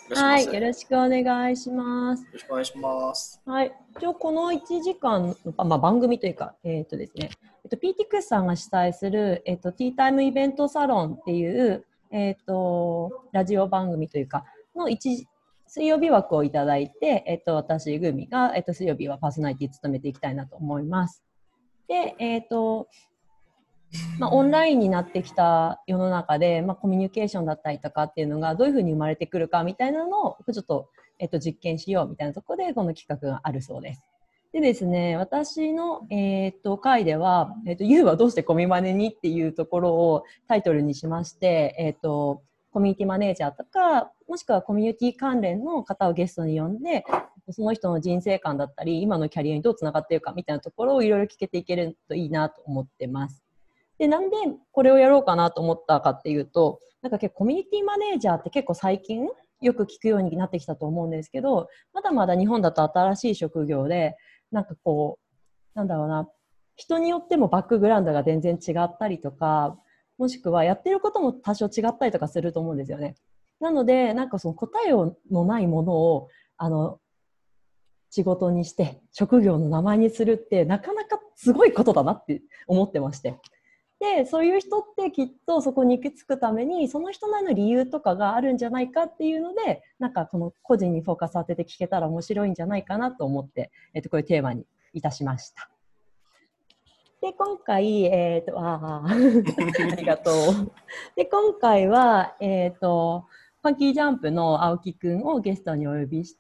はい、よろしくお願いします。 よろしくお願いします。 はい、この1時間の、番組というか、ですね、PTX さんが主催する、ティータイムイベントサロンっていう、ラジオ番組というか、の水曜日枠をいただいて、私、グミが、水曜日はパーソナリティ務めていきたいなと思います。で、オンラインになってきた世の中で、コミュニケーションだったりとかっていうのがどういうふうに生まれてくるかみたいなのをちょっと、実験しようみたいなところでこの企画があるそうです。でですね、私の、回では、You はどうしてコミマネにっていうところをタイトルにしまして、コミュニティマネージャーとか、もしくはコミュニティ関連の方をゲストに呼んで、その人の人生観だったり、今のキャリアにどうつながっているかみたいなところをいろいろ聞けていけるといいなと思ってます。で、なんでこれをやろうかなと思ったかっていうと、なんか結構コミュニティマネージャーって結構最近よく聞くようになってきたと思うんですけど、まだまだ日本だと新しい職業で、なんかこう、なんだろうな、人によってもバックグラウンドが全然違ったりとか、もしくはやってることも多少違ったりとかすると思うんですよね。なので、なんかその答えのないものを、仕事にして職業の名前にするってなかなかすごいことだなって思ってまして。で、そういう人ってきっとそこに行き着くためにその人なりの理由とかがあるんじゃないかっていうので、なんかこの個人にフォーカス当てて聞けたら面白いんじゃないかなと思って、こういうテーマにいたしました。で、今回、ありがとう。で、今回は、ファンキージャンプの青木くんをゲストにお呼びして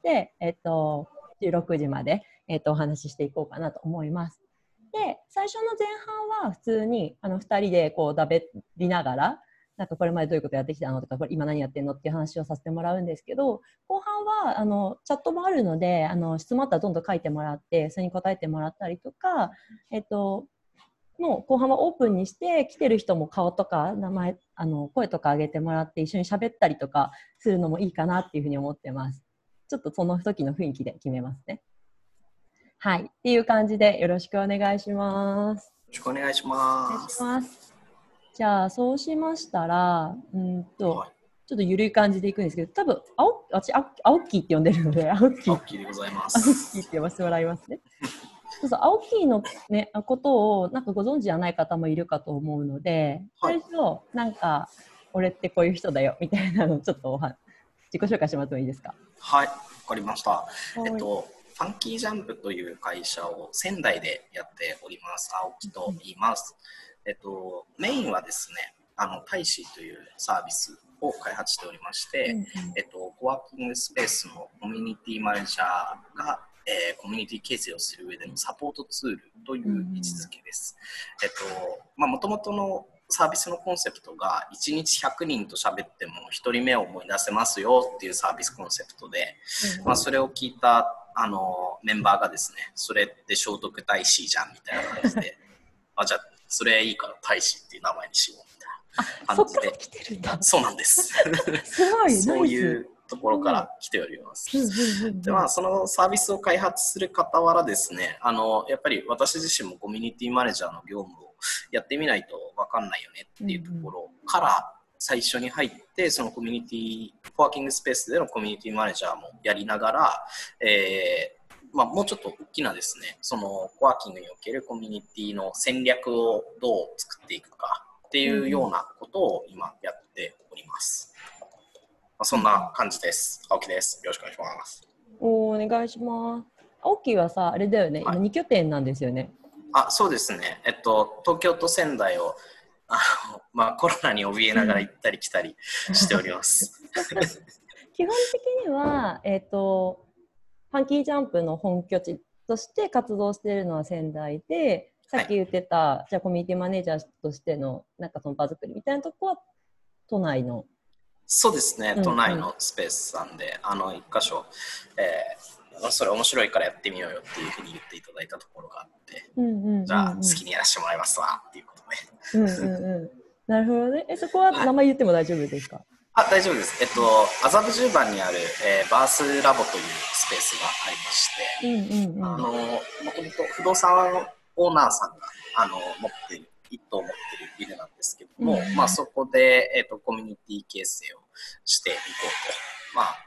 、16時まで、お話ししていこうかなと思います。で、最初の前半は普通に2人でこうだべりながら、なんかこれまでどういうことやってきたのとか、これ今何やってんのっていう話をさせてもらうんですけど、後半はチャットもあるので、質問あったらどんどん書いてもらって、それに答えてもらったりとか、もう後半はオープンにして来てる人も顔とか名前声とか上げてもらって一緒に喋ったりとかするのもいいかなっていうふうに思ってます。ちょっとその時の雰囲気で決めますね。はい、っていう感じでよろしくお願いします。 よろしくお願いします。 じゃあそうしましたら、ちょっと緩い感じでいくんですけど、多分私青木って呼んでるので青木でございます。 青木って呼ばせてもらいますね。そうそう、青木の、ね、ことをなんかご存知じゃない方もいるかと思うので、最初なんか俺ってこういう人だよみたいなのをちょっと自己紹介してもらってもいいですか？ はい、わかりました。ファンキージャンプという会社を仙台でやっております。青木と言います。メインはですね、大使というサービスを開発しておりまして、コワーキングスペースのコミュニティマネージャーがコミュニティ形成をする上でのサポートツールという位置づけです。もともとのサービスのコンセプトが1日100人と喋っても1人目を思い出せますよっていうサービスコンセプトで、それを聞いたメンバーがですね、それって聖徳太子じゃんみたいな感じでじゃあそれいいから太子っていう名前にしようみたいな感じで。 そっから来てるんだ。 そうなんですすごいそういうところから来ております。で、そのサービスを開発する傍らですね、やっぱり私自身もコミュニティマネージャーの業務をやってみないと分かんないよねっていうところから最初に入って、そのコミュニティワーキングスペースでのコミュニティマネージャーもやりながら、もうちょっと大きなですね、そのワーキングにおけるコミュニティの戦略をどう作っていくかっていうようなことを今やっております。そんな感じです。青木です。よろしくお願いします。 お願いします。青木はさ、あれだよね、今2拠点なんですよね。 そうですね。東京と仙台をコロナに怯えながら行ったり来たりしております。 基本的には、ファンキージャンプの本拠地として活動しているのは仙台で、さっき言ってた、じゃあコミュニティマネージャーとしてのなんかその場作りみたいなとこは都内の。 そうですね、都内のスペースさんで一箇所、それ面白いからやってみようよっていうふうに言っていただいたところがあって、じゃあ好きにやらせてもらいますわっていうことで。なるほどね。そこは名前言っても大丈夫ですか？ 大丈夫です。麻布十番にある、バースラボというスペースがありまして、もともと不動産オーナーさんが持っている一棟持っているビルなんですけども、そこで、コミュニティ形成をしていこうと、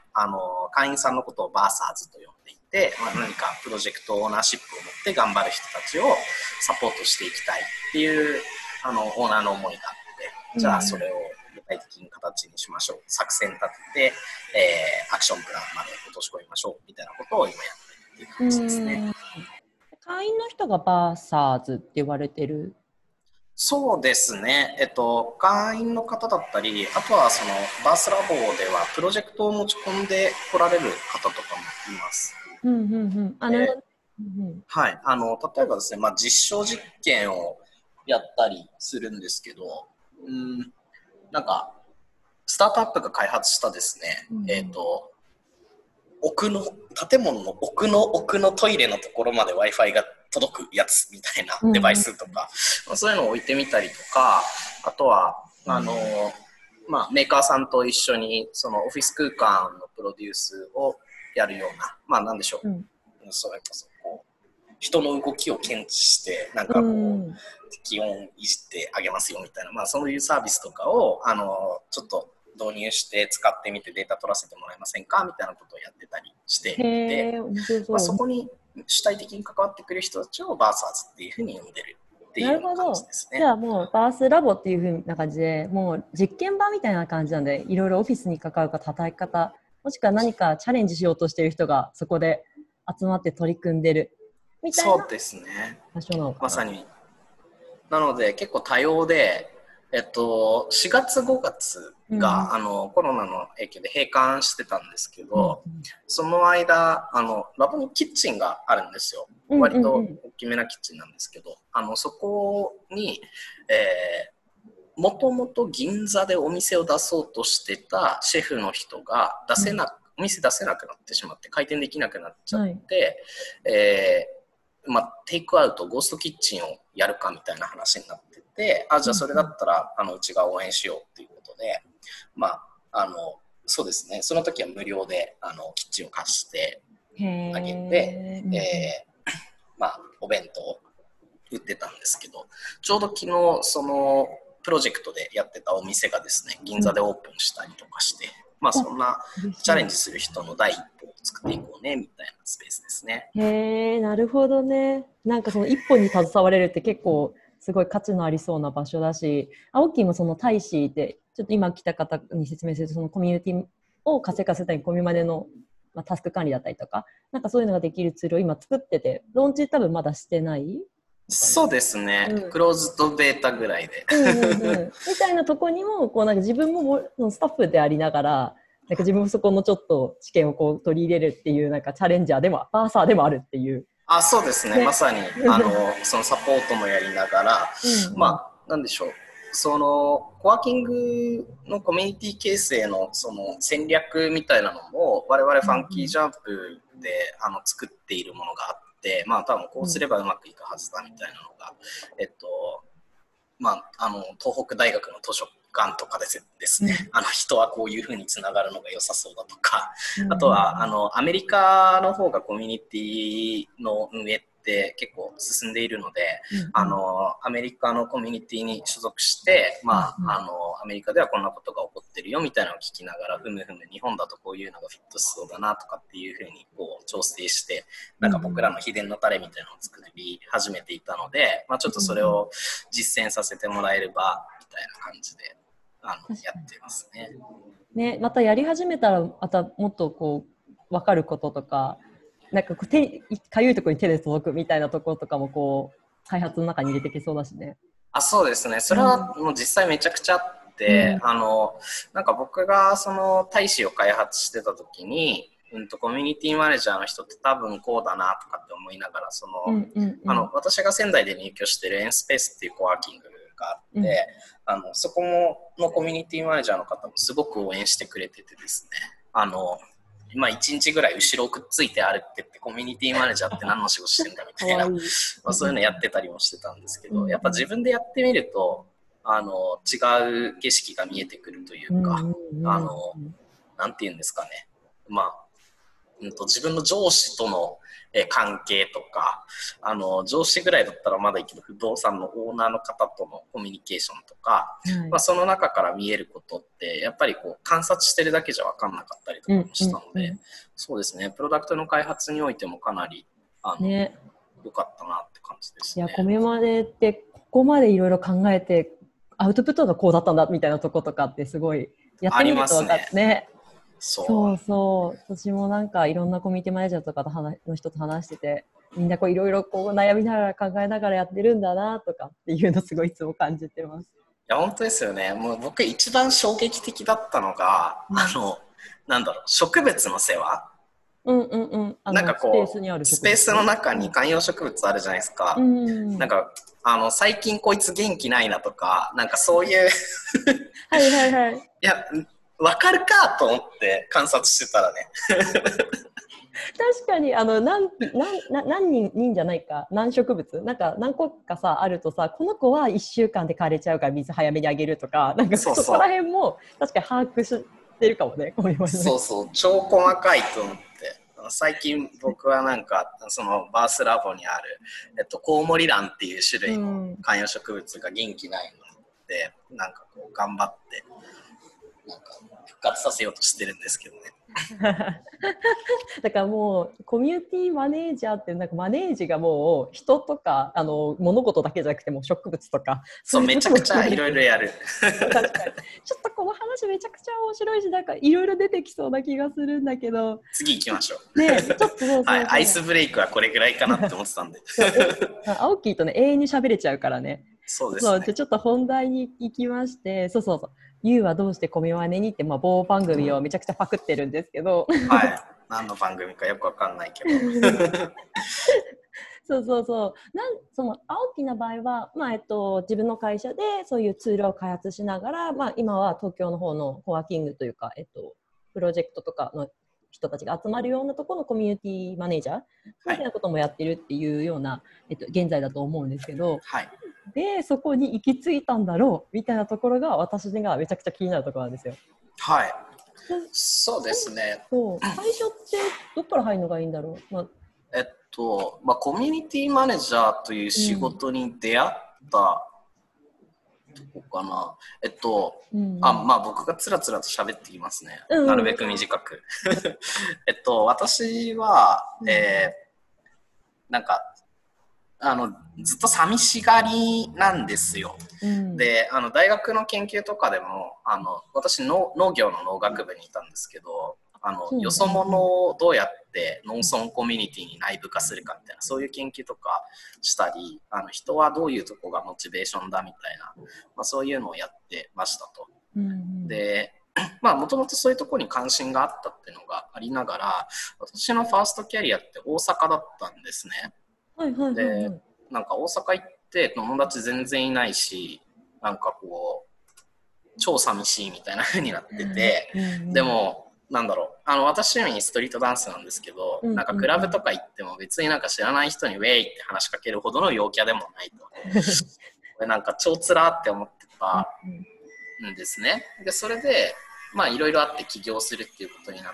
会員さんのことをバーサーズと呼んでいて、何かプロジェクトオーナーシップを持って頑張る人たちをサポートしていきたいっていうオーナーの思いがあって、じゃあそれを具体的に形にしましょう、作戦立てて、アクションプランまで落とし込みましょうみたいなことを今やっているっていう感じですね。 会員の人がバーサーズって言われてる？ そうですね、会員の方だったり、あとはそのバースラボではプロジェクトを持ち込んで来られる方とかもいます。はい、例えばですね、実証実験をやったりするんですけど、なんかスタートアップが開発したですね、建物の奥のトイレのところまで Wi-Fi が届くやつみたいなデバイスとか、そういうのを置いてみたりとか、あとはメーカーさんと一緒にそのオフィス空間のプロデュースをやるような、なんでしょう、それこそこう人の動きを検知してなんかこう、気温いじってあげますよみたいな、そういうサービスとかをちょっと導入して使ってみてデータ取らせてもらえませんかみたいなことをやってたりしていて、そこに主体的に関わってくる人たちをバーサーズっていうふうに呼んでるっていう感じですね。 じゃあもうバースラボっていうふうな感じで、もう実験場みたいな感じなんで、いろいろオフィスに関わるか叩き方、もしくは何かチャレンジしようとしている人がそこで集まって取り組んでるみたいな。 そうですね、 まさに。なので結構多様で、4月5月が、コロナの影響で閉館してたんですけど、その間ラボにキッチンがあるんですよ。割と大きめなキッチンなんですけど、そこにもともと銀座でお店を出そうとしてたシェフの人がお店出せなくなってしまって開店できなくなっちゃって、テイクアウトゴーストキッチンをやるかみたいな話になってて、じゃあそれだったらうちが応援しようっていうことで、そうですね、その時は無料でキッチンを貸してあげて、お弁当を売ってたんですけど、ちょうど昨日そのプロジェクトでやってたお店がですね、銀座でオープンしたりとかして、そんなチャレンジする人の第一歩を作っていこうねみたいなスペースですね。 なるほどね。なんかその一歩に携われるって結構すごい価値のありそうな場所だし、青木もその大使ってちょっと今来た方に説明すると、そのコミュニティを活性化するためにコミュまでの、タスク管理だったりとか、なんかそういうのができるツールを今作ってて、ローンチ多分まだしてない？ そうですね、クローズドベータぐらいでみたいなとこにもこうなんか自分もスタッフでありながら、なんか自分もそこのちょっと知見をこう取り入れるっていう、なんかチャレンジャーでもバーサーでもあるっていう。 そうですね、まさにそのサポートもやりながら、なんでしょう、そのコワーキングのコミュニティ形成のその戦略みたいなのも我々ファンキージャンプで作っているものがあって、多分こうすればうまくいくはずだみたいなのが、東北大学の図書館とかですね、人はこういうふうにつながるのが良さそうだとか、あとはアメリカの方がコミュニティの運営って結構進んでいるので、アメリカのコミュニティに所属して、アメリカではこんなことが起こってるよみたいなのを聞きながら、ふむ日本だとこういうのがフィットしそうだなとかっていうふうにこう調整して、なんか僕らの秘伝のタレみたいなのを作り始めていたので、ちょっとそれを実践させてもらえればみたいな感じでやってますね。 またやり始めたらまたもっとこう分かることとか、なんかかゆいところに手で届くみたいなところとかもこう開発の中に入れていけそうだしね。 そうですね、それはもう実際めちゃくちゃあって、なんか僕がその大使を開発してた時に、コミュニティマネージャーの人って多分こうだなとかって思いながら、私が仙台で入居してるエンスペースっていうコワーキングがあって、そこのコミュニティマネージャーの方もすごく応援してくれててですね、1日ぐらい後ろくっついて歩ってってコミュニティマネージャーって何の仕事してんだみたいなそういうのやってたりもしてたんですけど、やっぱ自分でやってみると違う景色が見えてくるというか、なんていうんですかね、 自分の上司との関係とか、上司ぐらいだったらまだいいけど、不動産のオーナーの方とのコミュニケーションとか、まあ、その中から見えることって、やっぱりこう観察してるだけじゃ分かんなかったりとかもしたので、そうですね、プロダクトの開発においてもかなり良かったなって感じですね。 いや、コミマネってここまでいろいろ考えて、アウトプットがこうだったんだみたいなとことかってすごいやってみると分かってね。そうそう。私もなんかいろんなコミュニティマネージャーとかの人と話してて、みんなこういろいろこう悩みながら考えながらやってるんだなとかっていうのすごいいつも感じてます。いや本当ですよね。もう僕一番衝撃的だったのが、なんだろう、植物の世話。なんかこうスペースの中に観葉植物あるじゃないですか。なんか最近こいつ元気ないなとか、なんかそういうはいはいはい。いや分かるかと思って観察してたらね。 確かに何人じゃないか、何植物なんか何個かさあるとさ、この子は1週間で枯れちゃうから水早めにあげるとか、なんかそこら辺も確かに把握してるかもね。 そうそう、超細かいと思って。最近僕はなんかそのバースラボにある、コウモリランっていう種類の観葉植物が元気ないので、なんかこう頑張ってなんか復活させようとしてるんですけどね。 だからもうコミュニティマネージャーってなんかマネージがもう人とか物事だけじゃなくても植物とかそうめちゃくちゃいろいろやる。 確かにちょっとこの話めちゃくちゃ面白いし、なんかいろいろ出てきそうな気がするんだけど、 次行きましょう。 ね、ちょっとそうはい、アイスブレイクはこれぐらいかなって思ってたんで。 青木とね永遠に喋れちゃうからね。 そうですね。 じゃちょっと本題に行きまして、そうユウはどうしてコミマネにって、某番組をめちゃくちゃパクってるんですけど、 はい、何の番組かよくわかんないけど。 その青木の場合は、自分の会社でそういうツールを開発しながら、今は東京の方のコワーキングというか、プロジェクトとかの人たちが集まるようなところのコミュニティマネージャーみたいなこともやってるっていうような、現在だと思うんですけど、 はい、 でそこに行き着いたんだろうみたいなところが私がめちゃくちゃ気になるところなんですよ。 はい、そうですね。 最初ってどっから入るのがいいんだろう。 コミュニティマネージャーという仕事に出会ったとこかな。僕がつらつらと喋っていますね。なるべく短く。私は、なんかずっと寂しがりなんですよ。で大学の研究とかでも私農業の農学部にいたんですけど、よそ者をどうやって農村コミュニティに内部化するかみたいな、そういう研究とかしたり、人はどういうとこがモチベーションだみたいな、そういうのをやってましたと。でもともとそういうところに関心があったっていうのがありながら、私のファーストキャリアって大阪だったんですね。でなんか大阪行って友達全然いないし、なんかこう超寂しいみたいな風になってて、でもなんだろう、私趣味ストリートダンスなんですけど、なんかクラブとか行っても別になんか知らない人にウェイって話しかけるほどの陽キャでもないと。これなんか超つらって思ってたんですね。でそれでいろいろあって起業するっていうことになって、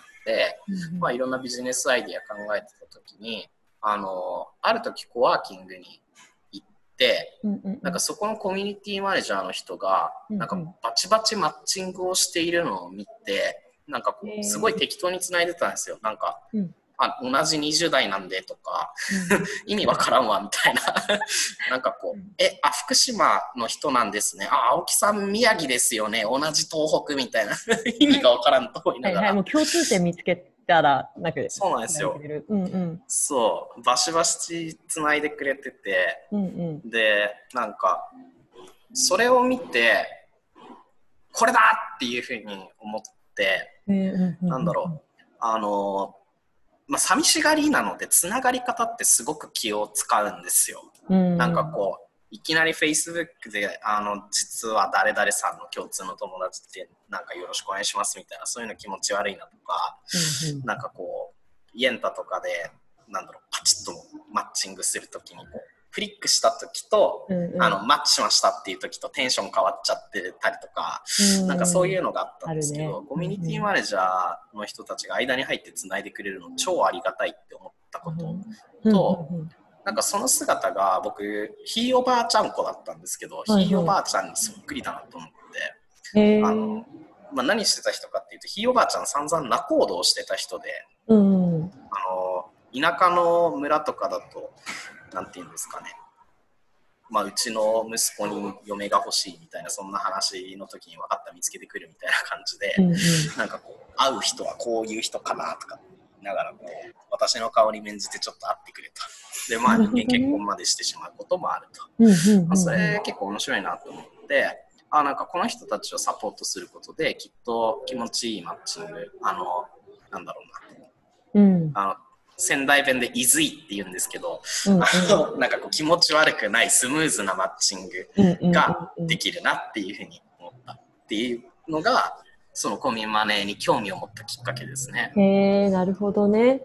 いろんなビジネスアイディア考えてた時にある時コワーキングに行って、なんかそこのコミュニティマネージャーの人がなんかバチバチマッチングをしているのを見て、なんかこうすごい適当につないでたんですよ。なんか、同じ20代なんでとか、意味わからんわみたいななんかこう福島の人なんですね、青木さん宮城ですよね、同じ東北みたいな意味がわからんと思いながら、 もう共通点見つけたらなんかそうなんですよ。そうバシバシつないでくれてて、でなんかそれを見てこれだっていうふうに思って、なんだろう、寂しがりなのでつながり方ってすごく気を使うんですよ。なんかこういきなり Facebook で実は誰々さんの共通の友達ってなんかよろしくお願いしますみたいな、そういうの気持ち悪いなとか、なんかこうイエンタとかでなんだろうパチッとマッチングするときにこうクリックした時と、 うんうん、 マッチしましたっていう時とテンション変わっちゃってたりとか、なんかそういうのがあったんですけど、コミュニティマネージャーの人たちが間に入ってつないでくれるの超ありがたいって思ったことと、なんかその姿が僕ひいおばあちゃん子だったんですけど、ひいおばあちゃんにそっくりだなと思って、何してた人かっていうと、ひいおばあちゃん散々仲人をしてた人で、田舎の村とかだとなんていうんですかね、うちの息子に嫁が欲しいみたいな、そんな話の時に分かった見つけてくるみたいな感じで、なんかこう会う人はこういう人かなとか言いながら、こう私の顔に免じてちょっと会ってくれと、で人間結婚までしてしまうこともあると、それ結構面白いなと思って、なんかこの人たちをサポートすることできっと気持ちいいマッチング、なんだろうな、仙台弁でいずいって言うんですけど、なんかこう気持ち悪くないスムーズなマッチングができるなっていうふうに思ったっていうのが、そのコミマネに興味を持ったきっかけですね。 なるほどね。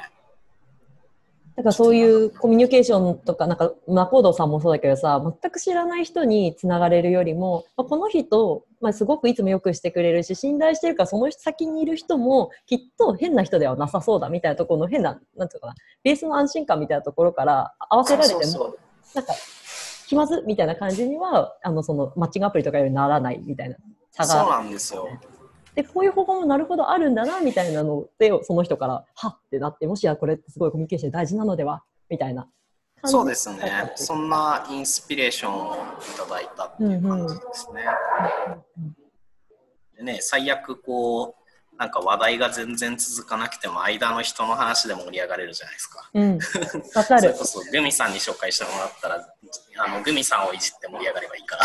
なんかそういうコミュニケーションとか、なんか仲人さんもそうだけどさ、全く知らない人につながれるよりも、この人、すごくいつもよくしてくれるし、信頼してるから、その先にいる人もきっと変な人ではなさそうだみたいなところの変な、なんていうかな、ベースの安心感みたいなところから合わせられても、なんか気まずみたいな感じには、そのマッチングアプリとかよりならないみたいな差が。 そうなんですよ。 でこういう方法もなるほどあるんだなみたいなので、その人からはってなって、もしやこれってすごいコミュニケーション大事なのではみたいな感じ。 そうですね。そんなインスピレーションをいただいたっていう感じですね。でね、最悪こうなんか話題が全然続かなくても間の人の話で盛り上がれるじゃないですか。わかる。それこそグミさんに紹介してもらったら、グミさんをいじって盛り上がればいいから。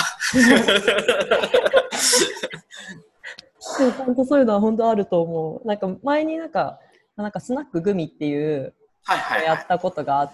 でも本当そういうのは本当あると思う。なんか前になんかスナックグミっていうやったことがあって、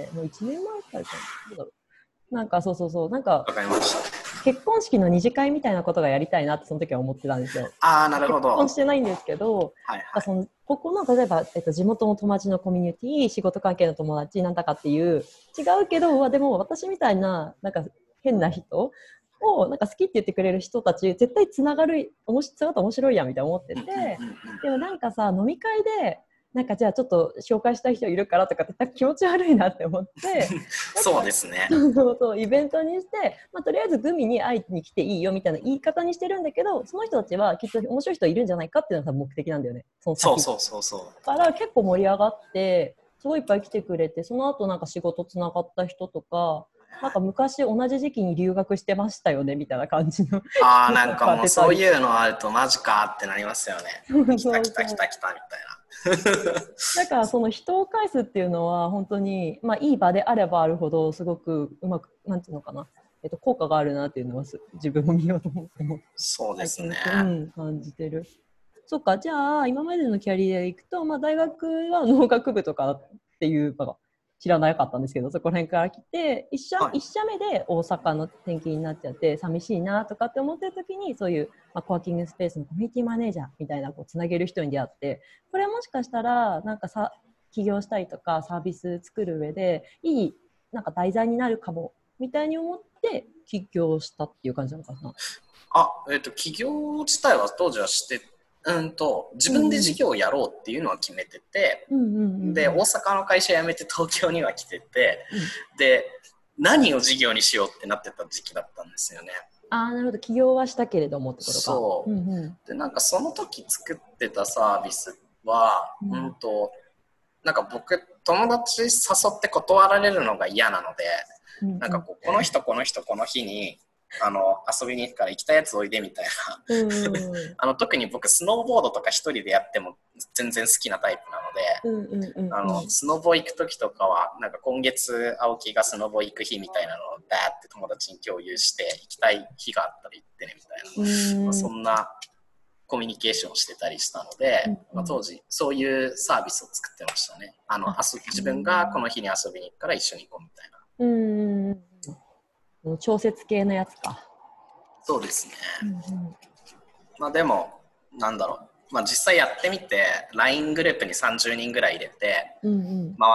もう1年前からかな。なんかそうなんか結婚式の二次会みたいなことがやりたいなってその時は思ってたんですよ。 なるほど。 結婚してないんですけど、ここの例えば、地元の友達のコミュニティ、仕事関係の友達なんだかっていう違うけど、でも私みたいななんか変な人をなんか好きって言ってくれる人たち絶対つながる、姿面白いやんみたいな思ってて、でもなんかさ、飲み会でなんかじゃあちょっと紹介したい人いるからとかって気持ち悪いなって思ってそうですね。 そうイベントにして、とりあえずグミに会いに来ていいよみたいな言い方にしてるんだけど、その人たちはきっと面白い人いるんじゃないかっていうのが目的なんだよね。そうだから結構盛り上がってすごいいっぱい来てくれて、その後なんか仕事つながった人とか、なんか昔同じ時期に留学してましたよねみたいな感じのなんかもうそういうのあるとマジかってなりますよね。来たみたいな。 だからその人を介すっていうのは本当に、いい場であればあるほどすごくうまく、なんていうのかな、効果があるなっていうのは自分を見ようと思ってそうですね、 感じてる。そっか、じゃあ今までのキャリアでいくと、大学は農学部とかっていうのが知らなかったんですけど、そこら辺から来て一社目で大阪の転勤になっちゃって寂しいなとかって思ってる時に、そういう、コワーキングスペースのコミュニティマネージャーみたいなつなげる人に出会って、これもしかしたらなんか起業したりとかサービス作る上でいいなんか題材になるかもみたいに思って起業したっていう感じなのかな。 起業自体は当時はして自分で事業をやろうっていうのは決めてて、で大阪の会社辞めて東京には来てて、で何を事業にしようってなってた時期だったんですよね。 なるほど、起業はしたけれどもってことか。 そう、でなんかその時作ってたサービスは、なんか僕友達誘って断られるのが嫌なので、なんかこの人この日に遊びに行くから行きたいやつおいでみたいな特に僕スノーボードとか一人でやっても全然好きなタイプなので、スノボ行く時とかはなんか今月青木がスノボ行く日みたいなのをバーって友達に共有して行きたい日があったら行ってねみたいな、そんなコミュニケーションしてたりしたので、当時そういうサービスを作ってましたね。自分がこの日に遊びに行くから一緒に行こうみたいな。 調節系のやつか。 そうですね。でもなんだろう、実際やってみて LINE グループに30人ぐらい入れて回し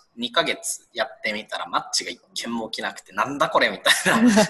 2ヶ月やってみたらマッチが1件も起きなくて、なんだこれみたいな。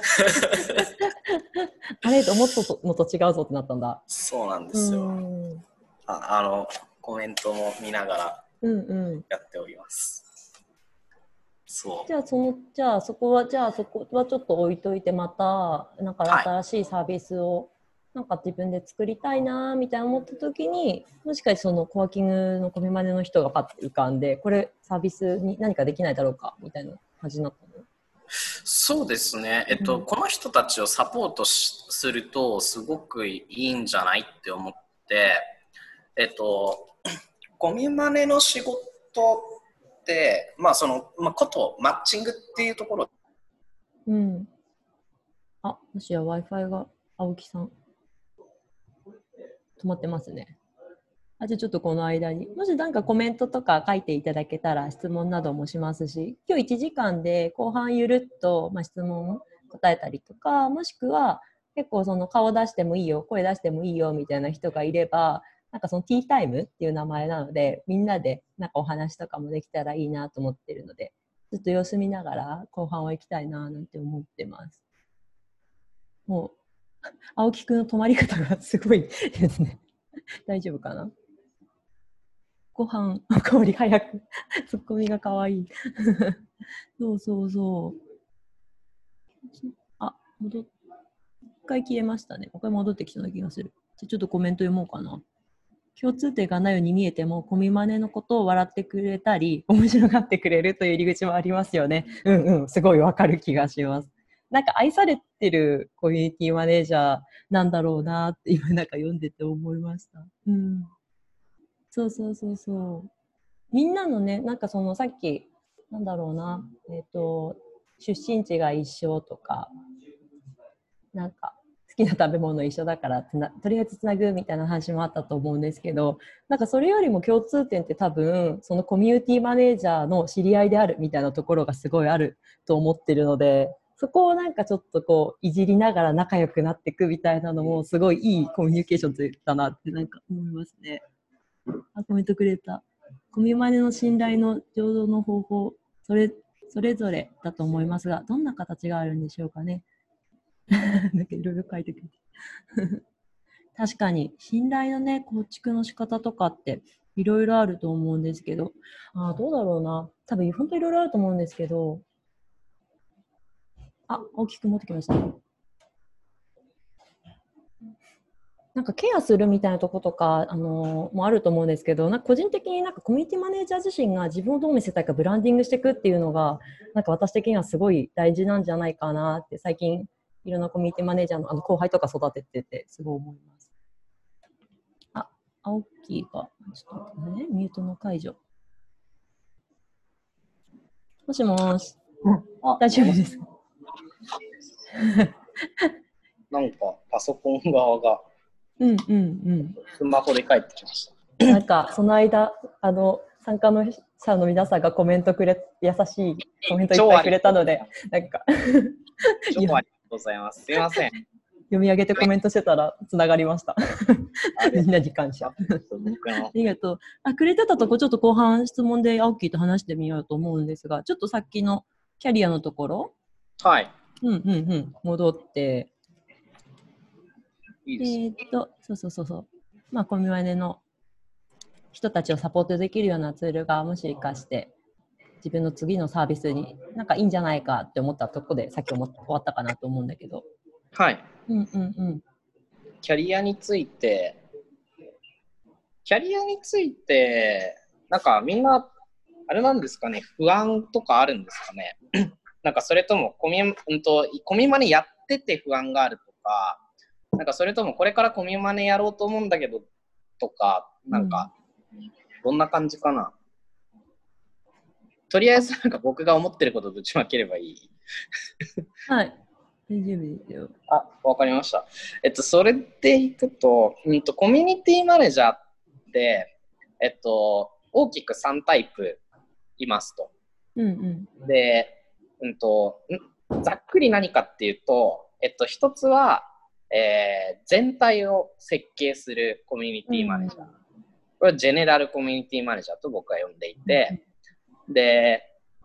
あれ、思ったのと違うぞってなったんだ。 そうなんでうすよ。 ん。 コメントも見ながらうんうん。 やっております。そう。 じゃあそこはちょっと置いといて、また、なんかはい。 新しいサービスを、なんか自分で作りたいなみたいな思った時に、もしかしてそのコワーキングのコミマネの人がパッと浮かんで、これサービスに何かできないだろうかみたいな感じになったの？ そうですね。 うんこの人たちをサポートするとすごくいいんじゃないって思って、コミマネの仕事って、ことマッチングっていうところ。 うん。あ、もしや Wi-Fi が青木さん止まってますね。あ、じゃあちょっとこの間に、もしなんかコメントとか書いていただけたら質問などもしますし、今日1時間で後半ゆるっと、質問答えたりとか、もしくは結構その顔出してもいいよ、声出してもいいよみたいな人がいれば、なんかそのティータイムっていう名前なので、みんなでなんかお話とかもできたらいいなと思ってるので、ちょっと様子見ながら後半は行きたいななんて思ってます。もう、青木くんの止まり方がすごいですね。大丈夫かな？ご飯おかわり早く。ツッコミが可愛い。そうそうそう。あ、一回消えましたね。もう一回戻ってきそうな気がする。じゃちょっとコメント読もうかな。共通点がないように見えても、コミマネのことを笑ってくれたり、面白がってくれるという入り口もありますよね。うんうん、すごいわかる気がします。なんか愛されてるコミュニティマネージャーなんだろうなって今なんか読んでて思いました。うん。そうそうそうそう。みんなのね、なんかそのさっき、なんだろうな、出身地が一緒とか、なんか好きな食べ物一緒だからとりあえずつなぐみたいな話もあったと思うんですけど、なんかそれよりも共通点って多分、そのコミュニティマネージャーの知り合いであるみたいなところがすごいあると思ってるので、そこをなんかちょっとこういじりながら仲良くなっていくみたいなのもすごいいいコミュニケーションだなってなんか思いますね。あ、コメントくれた。コミマネの信頼の醸造の方法、それぞれだと思いますが、どんな形があるんでしょうかね。なんかいろいろ書いてくれて。確かに、信頼のね、構築の仕方とかっていろいろあると思うんですけど、どうだろうな。多分、本当いろいろあると思うんですけど、大きく持ってきました。なんかケアするみたいなとことか、もあると思うんですけど、なんか個人的になんかコミュニティマネージャー自身が自分をどう見せたいかブランディングしていくっていうのが、なんか私的にはすごい大事なんじゃないかなって最近いろんなコミュニティマネージャーの後輩とか育てててすごい思います。青木が、ちょっと待ってね、ミュートの解除。もしもし。大丈夫です。 なんかパソコン側がスマホで帰ってきました。 なんかその間参加の者の皆さんがコメント優しいコメントいっぱいくれたので、なんか超ありがとうございます。すいません。 読み上げてコメントしてたらつながりました。みんなに感謝。ありがとう。くれてたとこちょっと後半質問で青木と話してみようと思うんですが、ちょっとさっきのキャリアのところ、 はい。 戻って、 いいですね。 そう。コミマネの人たちをサポートできるようなツールがもし活かして自分の次のサービスになんかいいんじゃないかって思ったところでさっき終わったかなと思うんだけど。 はい。キャリアについてなんかみんなあれなんですかね、不安とかあるんですかね。なんかそれともコミマネやってて不安があるとか、なんかそれともこれからコミマネやろうと思うんだけどとか、なんかどんな感じかな。とりあえずなんか僕が思ってることをぶちまければいい。 はい。大丈夫ですよ。 わかりました。それでいくと、コミュニティマネージャーって、大きく3タイプいますと。で、ざっくり何かっていうと、一つは、全体を設計するコミュニティマネージャー。これはジェネラルコミュニティマネージャーと僕は呼んでいて、で、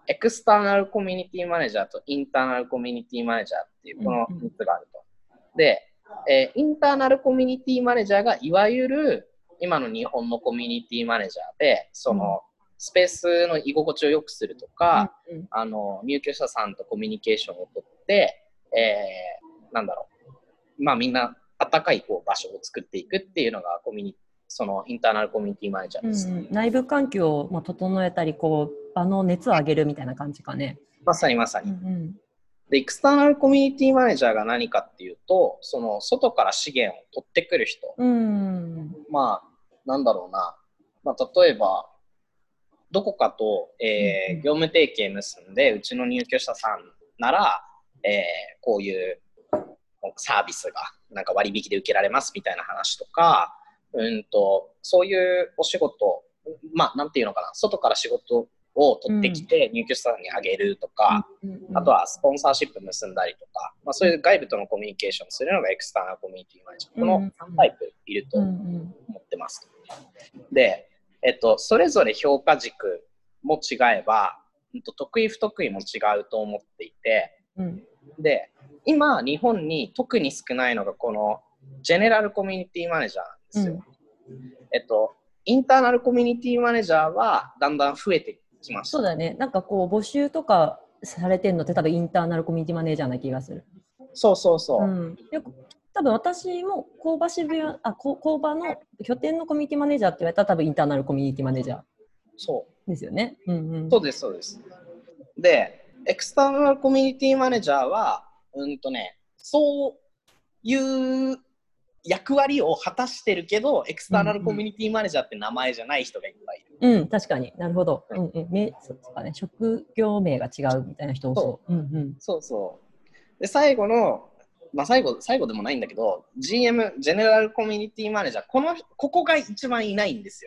エクスターナルコミュニティマネージャーとインターナルコミュニティマネージャーっていうこの3つがあると。で、インターナルコミュニティマネージャーがいわゆる今の日本のコミュニティマネージャーで、そのスペースの居心地を良くするとか、入居者さんとコミュニケーションをとって、なんだろう、まあみんな温かいこう場所を作っていくっていうのがそのインターナルコミュニティマネージャーです。 内部環境を整えたり、こう場の熱を上げるみたいな感じかね。 まさにまさに。で、エクスターナルコミュニティマネージャーが何かっていうと、その外から資源を取ってくる人。まあ、なんだろうな。まあ、例えば、どこかと、業務提携結んで、うちの入居者さんなら、こういうサービスがなんか割引で受けられますみたいな話とか、そういうお仕事、まあ、なんていうのかな、外から仕事を取ってきて入居者さんにあげるとか、あとはスポンサーシップ結んだりとか、まあ、そういう外部とのコミュニケーションするのがエクスターナルコミュニティマネージャー。この3タイプいると思ってます。で、それぞれ評価軸も違えば、得意不得意も違うと思っていて、で、今日本に特に少ないのがこのジェネラルコミュニティマネージャーなんですよ。インターナルコミュニティマネージャーはだんだん増えてきました。 そうだね。なんかこう募集とかされてるのって多分インターナルコミュニティマネージャーな気がする。 そうそうそう。 よく多分私も工場の拠点のコミュニティマネージャーって言われたら多分インターナルコミュニティマネージャー。 そうですよね。 そうですそうです。で、エクスターナルコミュニティマネージャーはそういう役割を果たしてるけど、エクスターナルコミュニティマネージャーって名前じゃない人がいっぱいいる。 確かになるほど。そうかね、職業名が違うみたいな人多そう。 そうそう。で最後の最後でもないんだけど、GM ジェネラルコミュニティマネージャーここが一番いないんですよ。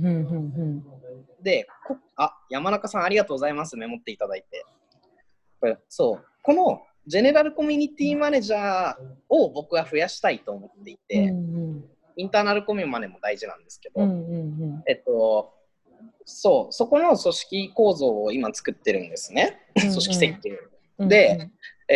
で、山中さんありがとうございます。メモっていただいて。このジェネラルコミュニティマネージャーを僕は増やしたいと思っていて、インターナルコミュマネも大事なんですけど、そこの組織構造を今作ってるんですね。組織設計。で、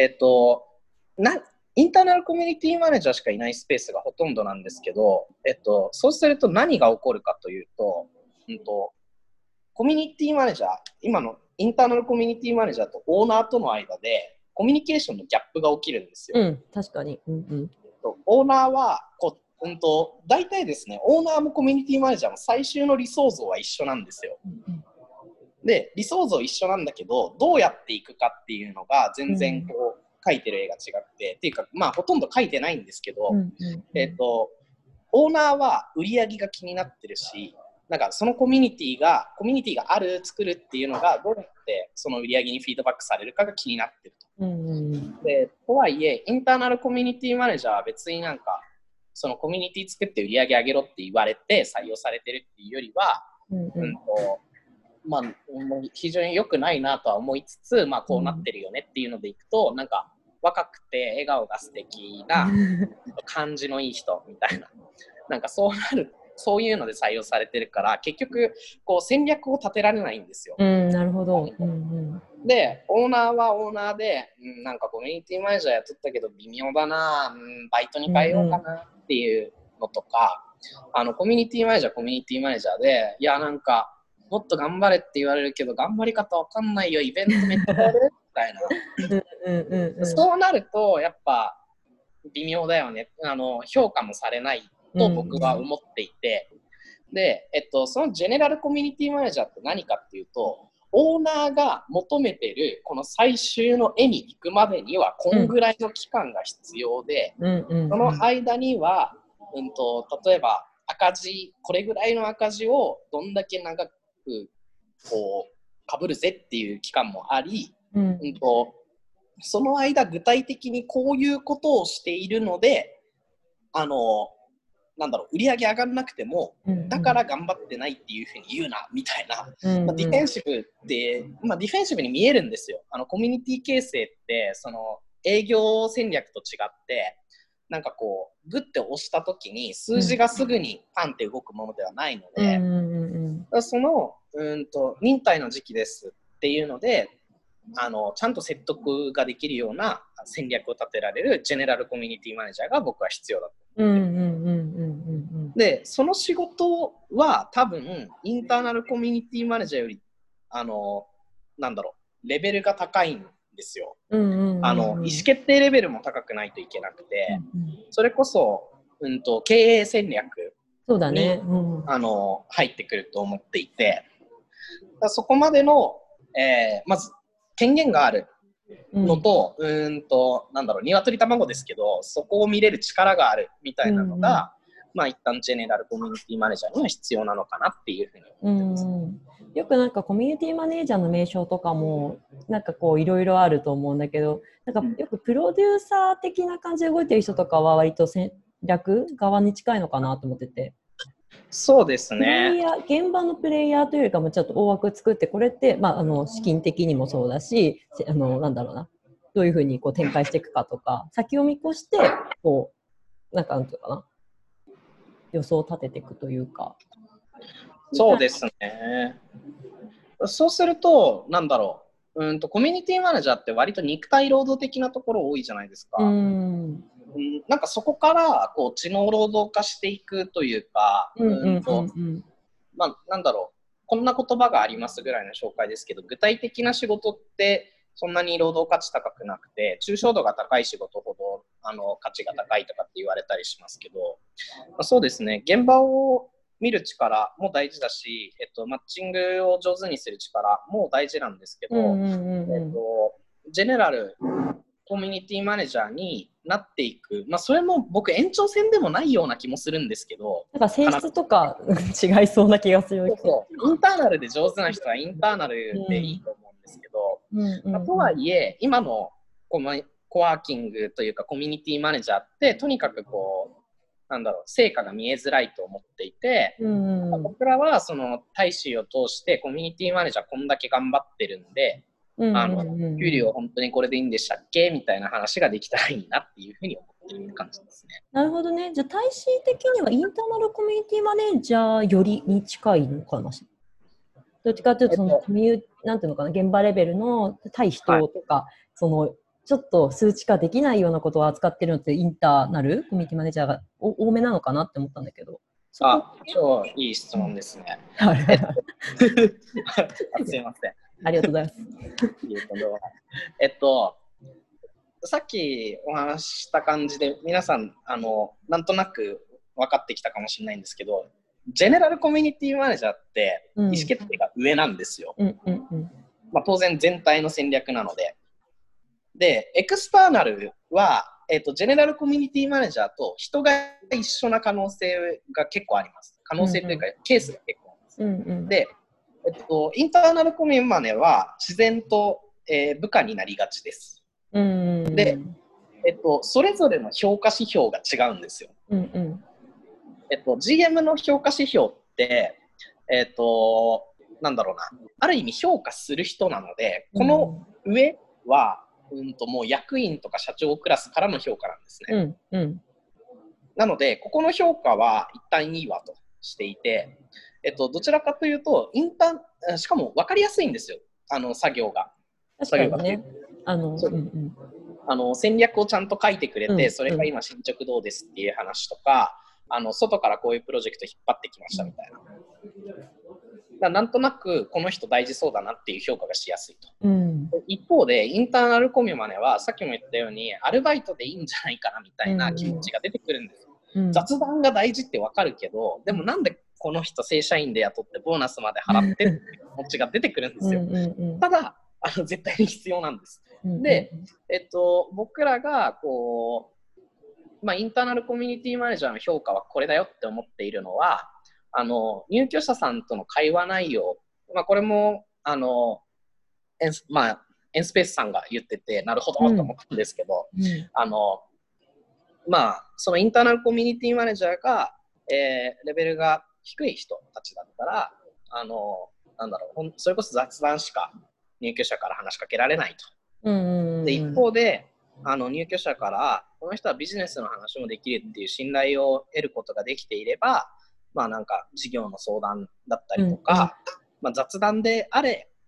インターナルコミュニティマネージャーしかいないスペースがほとんどなんですけど、そうすると何が起こるかというと、コミュニティマネージャー、今のインターナルコミュニティマネージャーとオーナーとの間でコミュニケーションのギャップが起きるんですよ。 確かに。 オーナーは大体ですね、オーナーもコミュニティマネージャーも最終の理想像は一緒なんですよ。で、理想像一緒なんだけど、どうやっていくかっていうのが全然書いてる絵が違って、っていうか、まあほとんど書いてないんですけど、オーナーは売り上げが気になってるし、なんかそのコミュニティが作るっていうのがどうやってその売り上げにフィードバックされるかが気になってると。で、とはいえ、インターナルコミュニティマネージャーは別になんかそのコミュニティ作って売り上げ上げろって言われて採用されてるっていうよりは、まあ非常に良くないなとは思いつつ、まあこうなってるよねっていうのでいくと、なんか若くて笑顔が素敵な感じのいい人みたいな、なんかそういうので採用されてるから、結局こう戦略を立てられないんですよ。 なるほど。 で、オーナーはオーナーで、なんかコミュニティマネージャーやっとったけど微妙だな、バイトに変えようかなっていうのとか、コミュニティマネージャーで、いやなんかもっと頑張れって言われるけど頑張り方わかんないよ、イベントめっちゃやるみたいな。そうなるとやっぱ微妙だよね。評価もされないと僕は思っていて、で、そのジェネラルコミュニティマネージャーって何かっていうと、オーナーが求めてるこの最終の絵に行くまでにはこんぐらいの期間が必要で、その間には、例えばこれぐらいの赤字をどんだけ長くこうかぶるぜっていう期間もあり、その間具体的にこういうことをしているので、なんだろう、売り上げ上がらなくても、だから頑張ってないっていうふうに言うなみたいな、ディフェンシブって、ディフェンシブに見えるんですよ。コミュニティ形成ってその営業戦略と違って、なんかこうグッて押した時に数字がすぐにパンって動くものではないので、その忍耐の時期ですっていうので、ちゃんと説得ができるような戦略を立てられるジェネラルコミュニティマネージャーが僕は必要だと思って、でその仕事は多分インターナルコミュニティマネージャーよりなんだろう、レベルが高いんですよ。意思決定レベルも高くないといけなくて、それこそ、経営戦略に、入ってくると思っていて、そこまでの、まず権限があるのと、なんだろう、鶏卵ですけど、そこを見れる力があるみたいなのが、まあ一旦ジェネラルコミュニティマネージャーには必要なのかなっていうふうに思ってます。 よくなんかコミュニティマネージャーの名称とかもなんかこういろいろあると思うんだけど、なんかよくプロデューサー的な感じで動いてる人とかは割と戦略側に近いのかなと思ってて。 そうですね。 現場のプレイヤーというよりかもちょっと大枠作って、これって、まあ、資金的にもそうだし、なんだろうな、どういうふうにこう展開していくかとか、先を見越してこうなんていうかな、予想を立てていくというか。 そうですね。そうすると、なんだろう、コミュニティマネージャーって割と肉体労働的なところ多いじゃないですか。なんかそこからこう知能労働化していくというか、まあなんだろう、こんな言葉がありますぐらいの紹介ですけど、具体的な仕事ってそんなに労働価値高くなくて、抽象度が高い仕事ほど価値が高いとかって言われたりしますけど、そうですね、現場を見る力も大事だし、マッチングを上手にする力も大事なんですけど、ジェネラルコミュニティマネージャーになっていく、まあ、それも僕延長線でもないような気もするんですけど、 なんか性質とか違いそうな気がする。 インターナルで上手な人はインターナルでいいと思うんですけど、とはいえ今のコワーキングというかコミュニティマネージャーってとにかくこうなんだろう、成果が見えづらいと思っていて、僕らはその大使を通してコミュニティマネージャーこんだけ頑張ってるんで、給料本当にこれでいいんでしたっけみたいな話ができたらいいなっていうふうに思ってる感じですね。 なるほどね。じゃあ大使的にはインターナルコミュニティマネージャーよりに近いのかな。どっちかというとそのなんていうのかな、現場レベルの対人とか、そのちょっと数値化できないようなことを扱ってるのってインターナルコミュニティマネージャーが多めなのかなって思ったんだけど。 超いい質問ですね。すいません。 ありがとうございます。 さっきお話しした感じで皆さんなんとなく分かってきたかもしれないんですけど、ジェネラルコミュニティマネージャーって意思決定が上なんですよ。まあ、当然全体の戦略なので。で、エクスターナルは、ジェネラルコミュニティマネージャーと人が一緒な可能性が結構あります。可能性というか、ケースが結構あります。で、インターナルコミュニマネは自然と、部下になりがちです。で、それぞれの評価指標が違うんですよ。GM の評価指標って、なんだろうな、ある意味評価する人なので、この上は、もう役員とか社長クラスからの評価なんですね。なので、ここの評価は一旦いいわとしていて、どちらかというと、しかも分かりやすいんですよ、作業が。 確かにね。 戦略をちゃんと書いてくれて、それが今進捗どうですっていう話とか、外からこういうプロジェクト引っ張ってきましたみたいな。なんとなくこの人大事そうだなっていう評価がしやすいと。一方でインターナルコミュマネはさっきも言ったようにアルバイトでいいんじゃないかなみたいな気持ちが出てくるんですよ。雑談が大事ってわかるけど、でもなんでこの人正社員で雇ってボーナスまで払ってって気持ちが出てくるんですよ。ただ絶対に必要なんです。で、僕らがこう、インターナルコミュニティマネージャーの評価はこれだよって思っているのは、入居者さんとの会話内容、これもエンスペースさんが言っててなるほどと思ったんですけど、そのインターナルコミュニティマネージャーが、レベルが低い人たちだったらなんだろう、それこそ雑談しか入居者から話しかけられないと。で一方で入居者からこの人はビジネスの話もできるっていう信頼を得ることができていれば、なんか事業の相談だったりとか、雑談であれ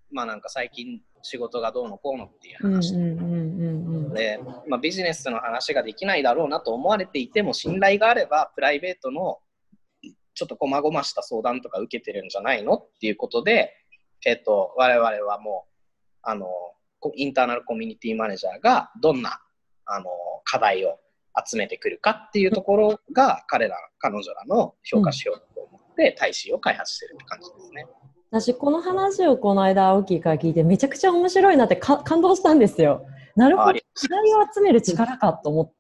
まあなんか最近仕事がどうのこうのっていう話で、まあ、ビジネスの話ができないだろうなと思われていても、信頼があればプライベートのちょっと細々した相談とか受けてるんじゃないのっていうことで、我々はもうインターナルコミュニティマネージャーがどんな課題を集めてくるかっていうところが彼女らの評価しようと思って大使を開発してるって感じですね。 私この話をこの間青木から聞いてめちゃくちゃ面白いなって感動したんですよ。なるほど、課題を集める力かと思って、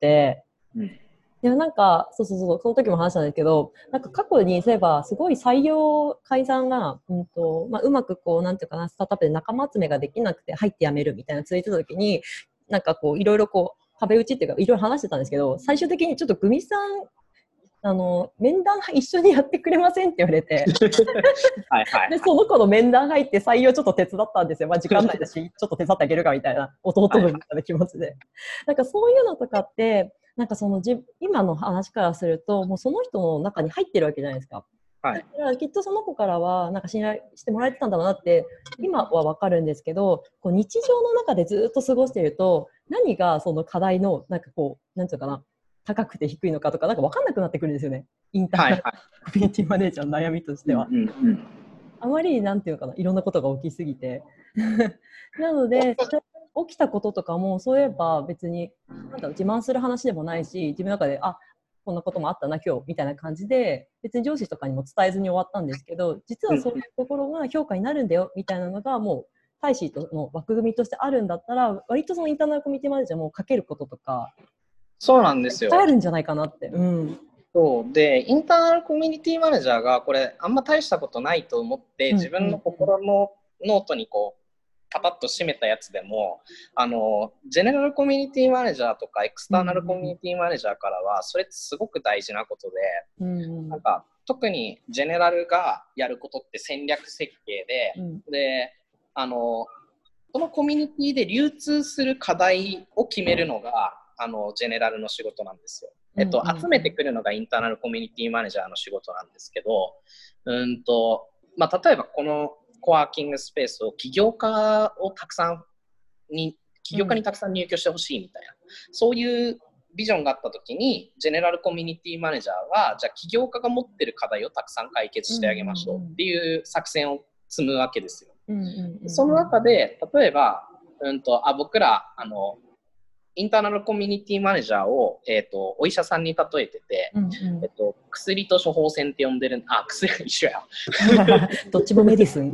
でもなんかそうその時も話したんですけど、なんか過去にそういえばすごい採用改ざんが、まあ、うまくこうなんていうかな、スタートアップで仲間集めができなくて入って辞めるみたいな続いてた時に、なんかこういろいろこう壁打ちっていうかいろいろ話してたんですけど、最終的にちょっとグミさん面談一緒にやってくれませんって言われてはい、はい、でその子の面談入って採用ちょっと手伝ったんですよ。まあ、時間内だしちょっと手伝ってあげるかみたいな弟分みたいな気持ちで、はい、なんかそういうのとかってなんかその今の話からするともうその人の中に入ってるわけじゃないですか。はい、だからきっとその子からはなんか信頼してもらえてたんだろうなって今は分かるんですけど、こう日常の中でずっと過ごしていると何がその課題のなんかこうなんていうかな、高くて低いのかとかなんか分かんなくなってくるんですよね。インターナルコミュニティマネージャーの悩みとしては、あまりなんていうのかな、いろんなことが起きすぎてなので起きたこととかもそういえば別になんだろう、自慢する話でもないし、自分の中でこんなこともあったな今日みたいな感じで別に上司とかにも伝えずに終わったんですけど、実はそういうところが評価になるんだよみたいなのがもう大使との枠組みとしてあるんだったら、割とそのインターナルコミュニティマネージャーもかけることとかそうなんですよ。 あるんじゃないかなって。 そうで、インターナルコミュニティマネージャーがこれあんま大したことないと思って自分の心のノートにこうパタッと締めたやつでも、ジェネラルコミュニティマネージャーとかエクスターナルコミュニティマネージャーからはそれってすごく大事なことで、なんか特にジェネラルがやることって戦略設計で、そのコミュニティで流通する課題を決めるのがジェネラルの仕事なんですよ。集めてくるのがインターナルコミュニティマネージャーの仕事なんですけど、まあ、例えばこのコワーキングスペースを起業家にたくさん入居してほしいみたいな、そういうビジョンがあった時にジェネラルコミュニティマネージャーはじゃあ起業家が持ってる課題をたくさん解決してあげましょうっていう作戦を積むわけですよ。その中で例えば、僕らインターナルコミュニティマネージャーを、お医者さんに例えてて、薬と処方箋って呼んでる、薬一緒やどっちもメディスン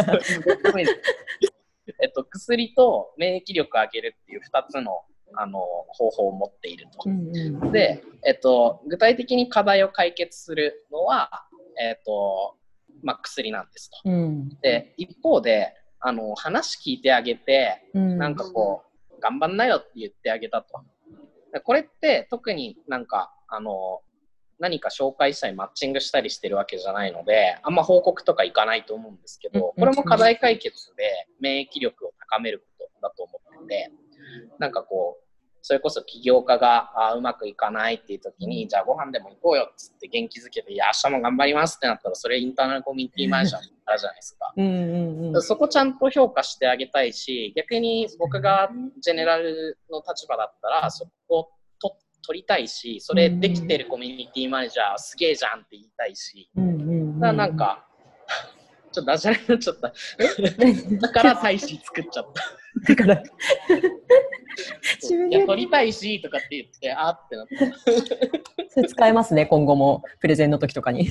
薬と免疫力を上げるっていう2つの方法を持っていると。で、具体的に課題を解決するのは、まあ、薬なんですと。で、一方で話聞いてあげて、なんかこう頑張んなよって言ってあげたと。これって特になんか何か紹介したりマッチングしたりしてるわけじゃないので、あんま報告とかいかないと思うんですけど、これも課題解決で免疫力を高めることだと思ってて、なんかこうそれこそ起業家がうまくいかないっていう時に、じゃあご飯でも行こうよっつって元気づけて、いや明日も頑張りますってなったら、それインターナルコミュニティマネージャーあるじゃないですか。そこちゃんと評価してあげたいし、逆に僕がジェネラルの立場だったらそこを取りたいし、それできてるコミュニティマネージャーすげえじゃんって言いたいし、なんかちょっとダジャレになっちゃっただから大使作っちゃっただからいや取りたいしとかって言ってってなったそれ使えますね、今後もプレゼンの時とかに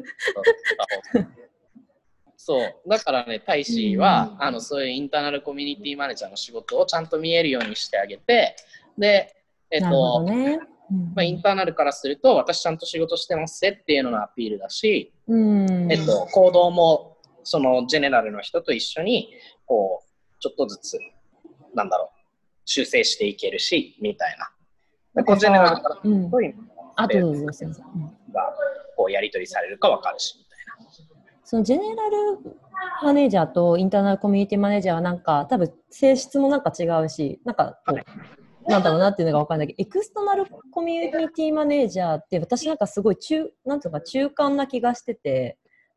そうだからね、大使はそういうインターナルコミュニティマネージャーの仕事をちゃんと見えるようにしてあげて、でなるほどね。 まあ、インターナルからすると私ちゃんと仕事してますっていうののアピールだし、行動もそのジェネラルの人と一緒にこうちょっとずつなんだろう修正していけるしみたいな。こうジェネラルからするとこうやり取りされるか分かるしみたいな。 そのジェネラルマネージャーとインターナルコミュニティマネージャーはなんか多分性質もなんか違うし、なんかこうなんだろうなっていうのが分かんないけど、エクスターナルコミュニティマネージャーって私なんかすごいなんていうか中間な気がしてて、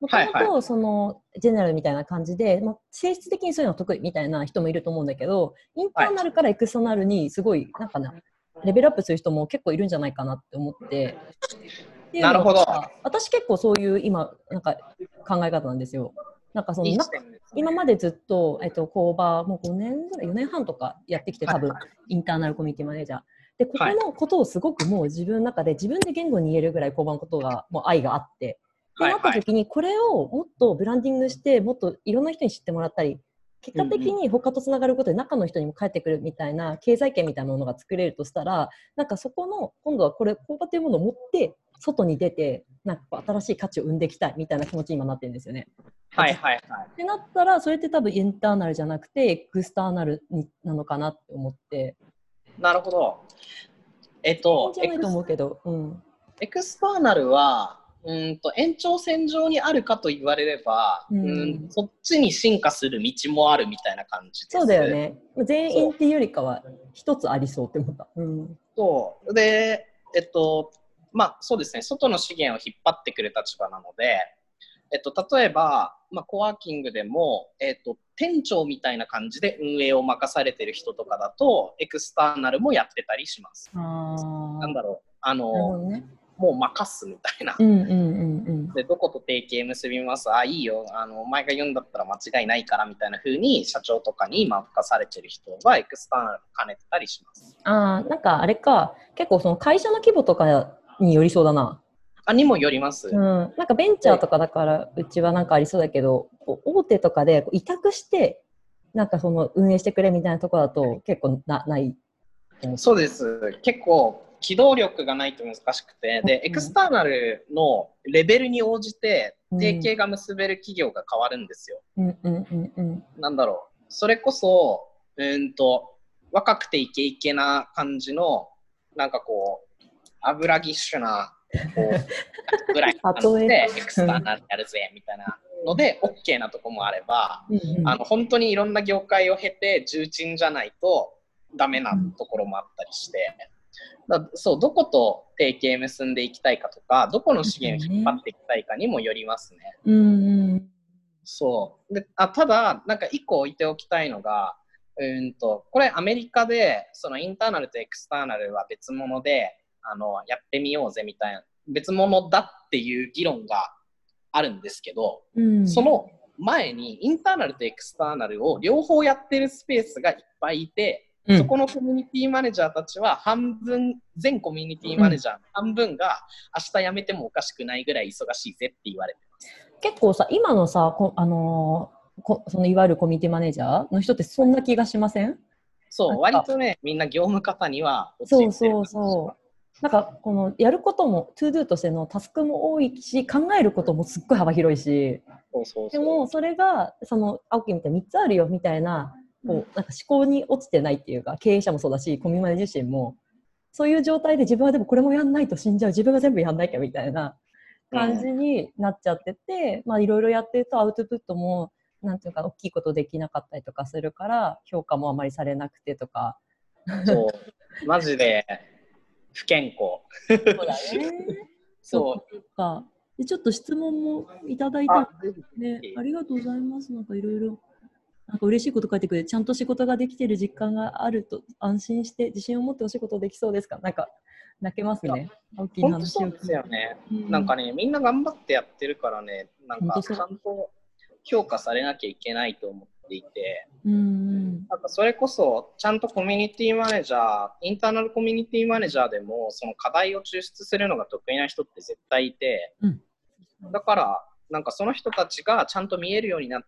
もともとそのジェネラルみたいな感じで、性質的にそういうの得意みたいな人もいると思うんだけど、インターナルからエクスターナルにすごいなんかなレベルアップする人も結構いるんじゃないかなって思って、っていうのが私結構そういう今なんか考え方なんですよ。なんかその今までずっと工場もう5年ぐらい4年半とかやってきて、多分インターナルコミュニティマネージャーで、ここのことをすごくもう自分の中で自分で言語に言えるぐらい工場のことがもう愛があって、ってなった時にこれをもっとブランディングしてもっといろんな人に知ってもらったり、結果的に他とつながることで中の人にも返ってくるみたいな経済圏みたいなものが作れるとしたら、なんかそこの今度はこれ工場というものを持って外に出てなんか新しい価値を生んでいきたいみたいな気持ちに今なってるんですよね。ってなったらそれって多分インターナルじゃなくてエクスターナルなのかなって思って。 なるほど。 じゃないと思うけど、 エクスターナルは延長線上にあるかと言われれば、そっちに進化する道もあるみたいな感じです。 そうだよね。全員っていうよりかは一つありそうって思った。 そうで、そうですね、外の資源を引っ張ってくる立場なので、例えば、コワーキングでも、店長みたいな感じで運営を任されてる人とかだとエクスターナルもやってたりします。なんだろう、もう任すみたいな。で、どこと提携結びます、いいよ、お前が言うんだったら間違いないからみたいな風に社長とかに任されてる人はエクスターナルも兼ねてたりします。 なんかあれか、結構その会社の規模とかによりそうだな。 にもよります。 なんかベンチャーとかだからうちはなんかありそうだけど、大手とかで委託してなんかその運営してくれみたいなところだと結構ない。 そうです。結構機動力がないと難しくて、でエクスターナルのレベルに応じて提携が結べる企業が変わるんですよ。なんだろう、それこそ若くてイケイケな感じのなんかこう油ぎっしゅなぐらいの感じでエクスターナルやるぜみたいなので OK なとこもあれば、本当にいろんな業界を経て重鎮じゃないとダメなところもあったりして、そう、どこと提携結んでいきたいかとか、どこの資源を引っ張っていきたいかにもよりますね。そうで、ただなんか一個置いておきたいのが、これアメリカでそのインターナルとエクスターナルは別物でやってみようぜみたいな、別物だっていう議論があるんですけど、その前にインターナルとエクスターナルを両方やってるスペースがいっぱいいて、そこのコミュニティマネージャーたちは半分、全コミュニティマネージャーの半分が明日辞めてもおかしくないぐらい忙しいぜって言われてます。 結構さ、今のさ、そのいわゆるコミュニティマネージャーの人ってそんな気がしません？ そう、割とね、みんな業務方には落ちてる。なんかこのやることもトゥードゥとしてのタスクも多いし、考えることもすっごい幅広いし、でもそれがその青木みたいに3つあるよみたいな、こうなんか思考に落ちてないっていうか、経営者もそうだしコミュマネ自身もそういう状態で自分はでもこれもやんないと死んじゃう、自分が全部やんなきゃみたいな感じになっちゃってて、いろいろやってるとアウトプットもなんていうか大きいことできなかったりとかするから評価もあまりされなくてとか。 そうマジで不健康。 そうだね。そうか。でちょっと質問もいただいたね。ありがとうございます。なんかいろいろなんか嬉しいこと書いてくれて、ちゃんと仕事ができている実感があると安心して自信を持ってお仕事できそうですか。なんか泣けますね。 本当そうですよね。なんかね、みんな頑張ってやってるからね、なんかちゃんと評価されなきゃいけないと思っていて、なんかそれこそちゃんとコミュニティマネージャー、インターナルコミュニティマネージャーでもその課題を抽出するのが得意な人って絶対いて、だからなんかその人たちがちゃんと見えるようになって、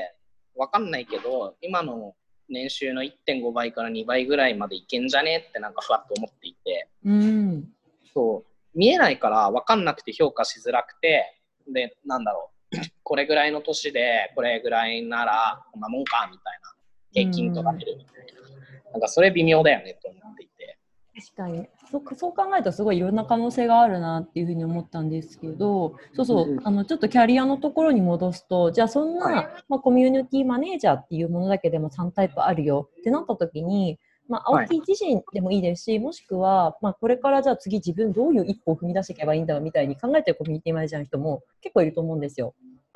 わかんないけど今の年収の 1.5 倍から2倍ぐらいまでいけんじゃねってなんかふわっと思っていて、そう見えないからわかんなくて評価しづらくて、でなんだろうこれぐらいの年でこれぐらいならこんなもんかみたいな平均とか見るみたいな、なんかそれ微妙だよねと思っていて。 確かにそう考えるとすごいいろんな可能性があるなっていうふうに思ったんですけど、ちょっとキャリアのところに戻すと、じゃあそんな、コミュニティマネージャーっていうものだけでも3タイプあるよってなった時に、青木自身でもいいですし、もしくは、これからじゃあ次自分どういう一歩を踏み出していけばいいんだろうみたいに考えてるコミュニティマネージャーの人も結構いると思うんですよ。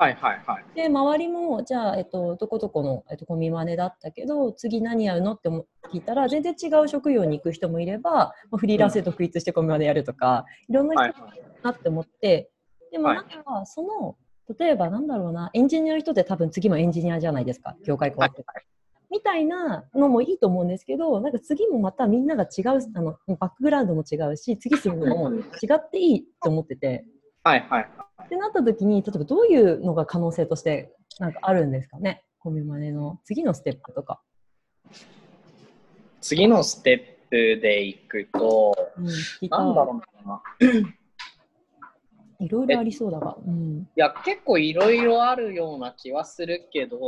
はいはいはい。 で、周りも、じゃあ、どこどこの、コミマネだったけど、どこどこの、コミマネだったけど、次何やるのって聞いたら、全然違う職業に行く人もいれば、フリーランスで独立してコミマネやるとか、いろんな人がいるなって思って、でもなんか、例えばなんだろうな、エンジニアの人って多分次もエンジニアじゃないですか、業界変わって。みたいなのもいいと思うんですけど、なんか次もまたみんなが違う、バックグラウンドも違うし、次するのも違っていいと思ってて、 はいはい。 ってなった時に、例えばどういうのが可能性としてなんかあるんですかね、コミマネの次のステップとか。 次のステップでいくと、なんだろうな。 いろいろありそうだが。 いや、結構いろいろあるような気はするけど、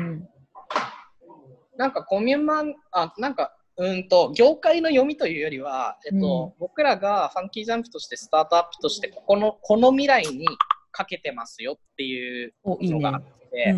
なんかコミュマン、なんか、業界の読みというよりは、僕らがファンキージャンプとしてスタートアップとしてこの未来にかけてますよっていうのがあって、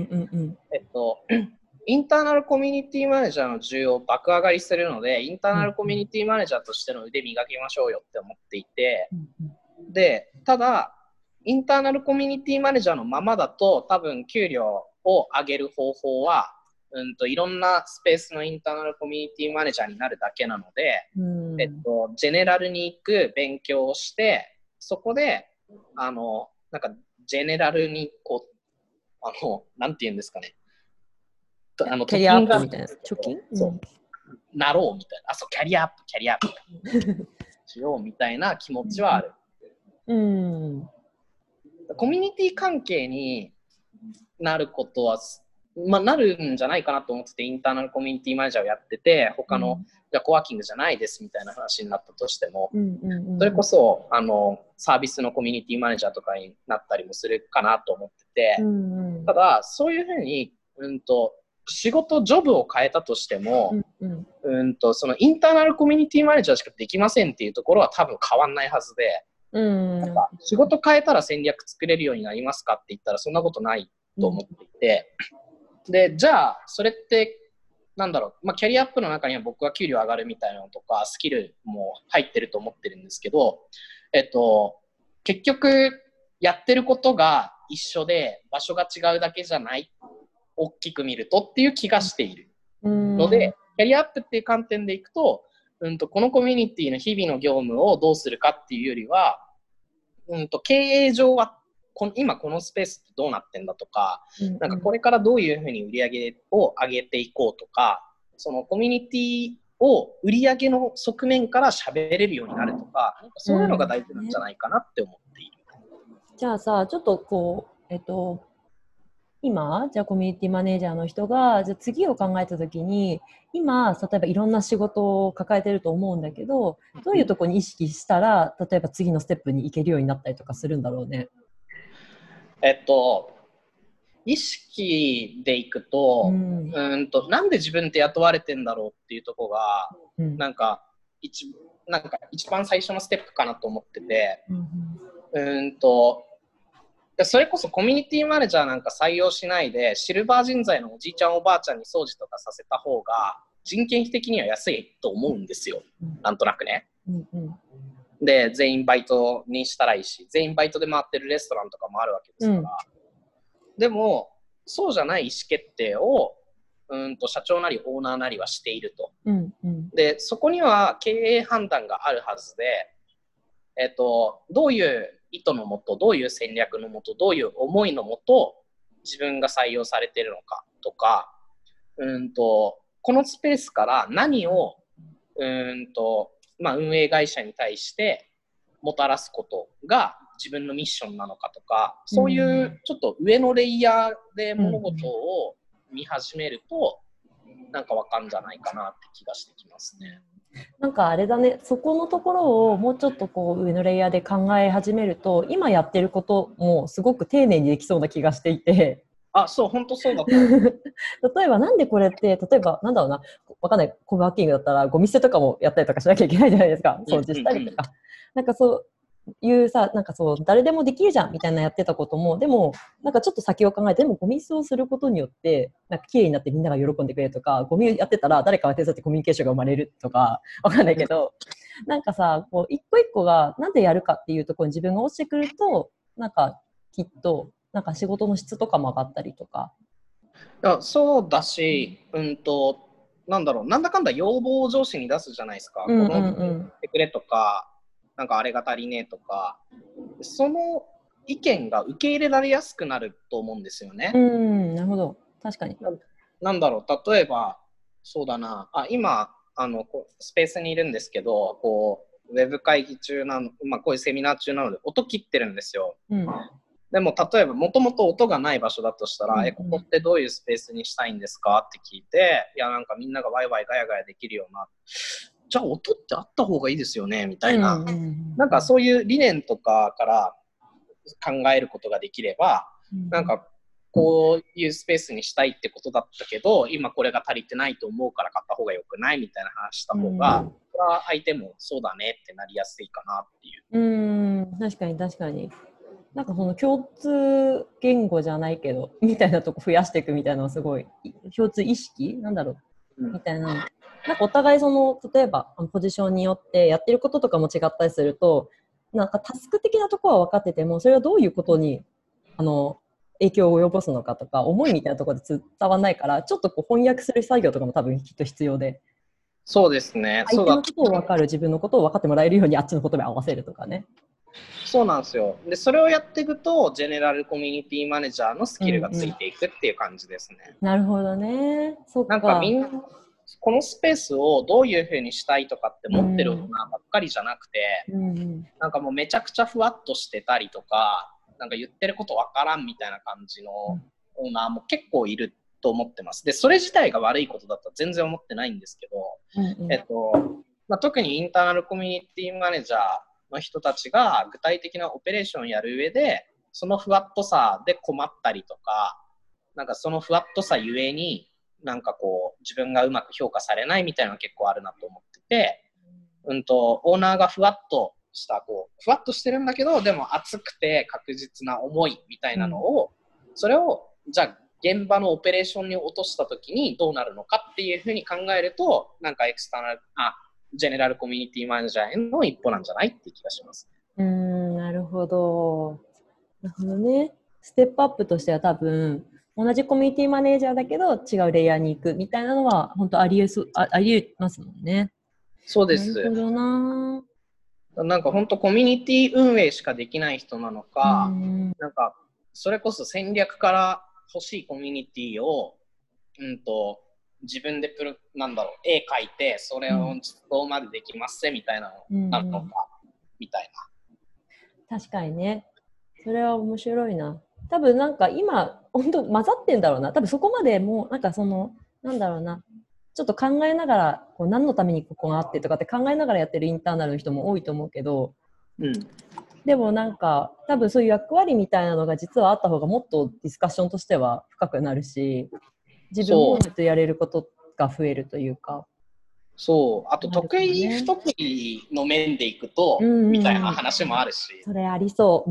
インターナルコミュニティマネージャーの需要爆上がりするので、インターナルコミュニティマネージャーとしての腕磨きましょうよって思っていて、で、ただ、インターナルコミュニティマネージャーのままだと、多分給料を上げる方法は、いろんなスペースのインターナルコミュニティマネージャーになるだけなので、ジェネラルに行く勉強をして、そこで、なんか、ジェネラルに、なんて言うんですかね。 キャリアアップみたいな。貯金そう。なろうみたいな。そう、キャリアアップしようみたいな気持ちはある。コミュニティ関係になることは、なるんじゃないかなと思ってて、インターナルコミュニティマネージャーをやってて、他の、じゃコワーキングじゃないですみたいな話になったとしても、それこそサービスのコミュニティマネージャーとかになったりもするかなと思ってて、ただそういうふうに、仕事ジョブを変えたとしても、そのインターナルコミュニティマネージャーしかできませんっていうところは多分変わんないはずで、なんか仕事変えたら戦略作れるようになりますかって言ったらそんなことないと思っていて、でじゃあそれってなんだろう、キャリアアップの中には僕は給料上がるみたいなのとかスキルも入ってると思ってるんですけど、結局やってることが一緒で場所が違うだけじゃない、大きく見るとっていう気がしているので、キャリアアップっていう観点でいくと、このコミュニティの日々の業務をどうするかっていうよりは、経営上は今このスペースってどうなってんだとか、なんかこれからどういうふうに売り上げを上げていこうとか、そのコミュニティを売り上げの側面から喋れるようになるとか、なんかそういうのが大事なんじゃないかなって思っている。 じゃあさ、ちょっと今、じゃあコミュニティマネージャーの人が、じゃあ次を考えたときに、今、例えばいろんな仕事を抱えてると思うんだけど、どういうところに意識したら、例えば次のステップに行けるようになったりとかするんだろうね。 意識でいくと、なんで自分って雇われてんだろうっていうところが、なんか一番最初のステップかなと思ってて、それこそコミュニティマネージャーなんか採用しないでシルバー人材のおじいちゃんおばあちゃんに掃除とかさせた方が人件費的には安いと思うんですよ、なんとなくね。で全員バイトにしたらいいし、全員バイトで回ってるレストランとかもあるわけですから、でもそうじゃない意思決定を社長なりオーナーなりはしていると、でそこには経営判断があるはずで、どういう意図のもと、どういう戦略のもと、どういう思いのもと自分が採用されているのかとか、このスペースから何を運営会社に対してもたらすことが自分のミッションなのかとか、そういうちょっと上のレイヤーで物事を見始めると、なんか分かるんじゃないかなって気がしてきますね。 なんかあれだね、そこのところをもうちょっと上のレイヤーで考え始めると、今やってることもすごく丁寧にできそうな気がしていて。 そう、本当そうだと思う。 例えばなんでこれって、例えばなんだろうな、わかんない、コワーキングだったらゴミ捨てとかもやったりとかしなきゃいけないじゃないですか。掃除したりとか。なんかそういうさ、なんか誰でもできるじゃんみたいなやってたことも、でもなんかちょっと先を考えて、でもゴミ捨てをすることによってなんか綺麗になってみんなが喜んでくれるとか、ゴミやってたら誰かが手伝ってコミュニケーションが生まれるとか、わかんないけど、なんかさ、一個一個がなんでやるかっていうところに自分が落ちてくると、なんかきっとなんか仕事の質とかも上がったりとか。 いや、そうだし、なんだろう、なんだかんだ要望を上司に出すじゃないですか。 うんうんこのうん。 ってくれとか、なんかあれが足りねえとか、その意見が受け入れられやすくなると思うんですよね。 なるほど。確かに。 なんだろう、例えば、そうだな、今、スペースにいるんですけど、ウェブ会議中なの、こういうセミナー中なので、音切ってるんですよ。 うん。 でも、例えば、もともと音がない場所だとしたら、ここってどういうスペースにしたいんですかって聞いて、いや、なんかみんながワイワイガヤガヤできるような、じゃあ音ってあった方がいいですよね、みたいな。なんかそういう理念とかから考えることができれば、なんかこういうスペースにしたいってことだったけど、今これが足りてないと思うから買った方がよくないみたいな話した方が、それは相手もそうだねってなりやすいかなっていう。 確かに確かに。なんかその共通言語じゃないけどみたいなとこ増やしていくみたいなのはすごい共通意識なんだろうみたいな。なんかお互いその例えばポジションによってやってることとかも違ったりすると、なんかタスク的なところは分かってても、それはどういうことに影響を及ぼすのかとか思いみたいなところで伝わらないから、ちょっとこう翻訳する作業とかも多分きっと必要で。 そうですね。 相手のことを分かる、自分のことを分かってもらえるようにあっちの言葉に合わせるとかね。 そうなんですよ。で、それをやっていくと、ジェネラルコミュニティマネージャーのスキルがついていくっていう感じですね。 なるほどね。そっか。 なんかみんな、このスペースをどういうふうにしたいとかって持ってるオーナーばっかりじゃなくて、なんかもうめちゃくちゃふわっとしてたりとか、なんか言ってることわからんみたいな感じのオーナーも結構いると思ってます。で、それ自体が悪いことだとは全然思ってないんですけど、特にインターナルコミュニティマネージャーの人たちが具体的なオペレーションをやる上で、そのふわっとさで困ったりとか、なんかそのふわっとさゆえに、なんかこう自分がうまく評価されないみたいなのが結構あるなと思ってて、オーナーがふわっとしたふわっとしてるんだけど、でも熱くて確実な思いみたいなのを、それをじゃあ現場のオペレーションに落とした時にどうなるのかっていうふうに考えると、なんかジェネラルコミュニティマネージャーへの一歩なんじゃないって気がします。 なるほど。なるほどね。ステップアップとしては多分同じコミュニティマネージャーだけど違うレイヤーに行くみたいなのは本当ありえますもんね。 そうです。 なるほどな。 なんか本当コミュニティ運営しかできない人なのか、なんかそれこそ戦略から欲しいコミュニティを、自分でなんだろう、絵描いてそれを実装までできますみたいなのなのか、みたいな。確かにね。それは面白いな。多分なんか今本当混ざってんだろうな。多分そこまでもうなんかそのなんだろうな。ちょっと考えながらこう何のためにここがあってとかって考えながらやってるインターナルの人も多いと思うけど、でもなんか多分そういう役割みたいなのが実はあった方がもっとディスカッションとしては深くなるし、自分もやれることが増えるというか。 そう。あと得意不得意の面でいくと、みたいな話もあるし。 それありそう。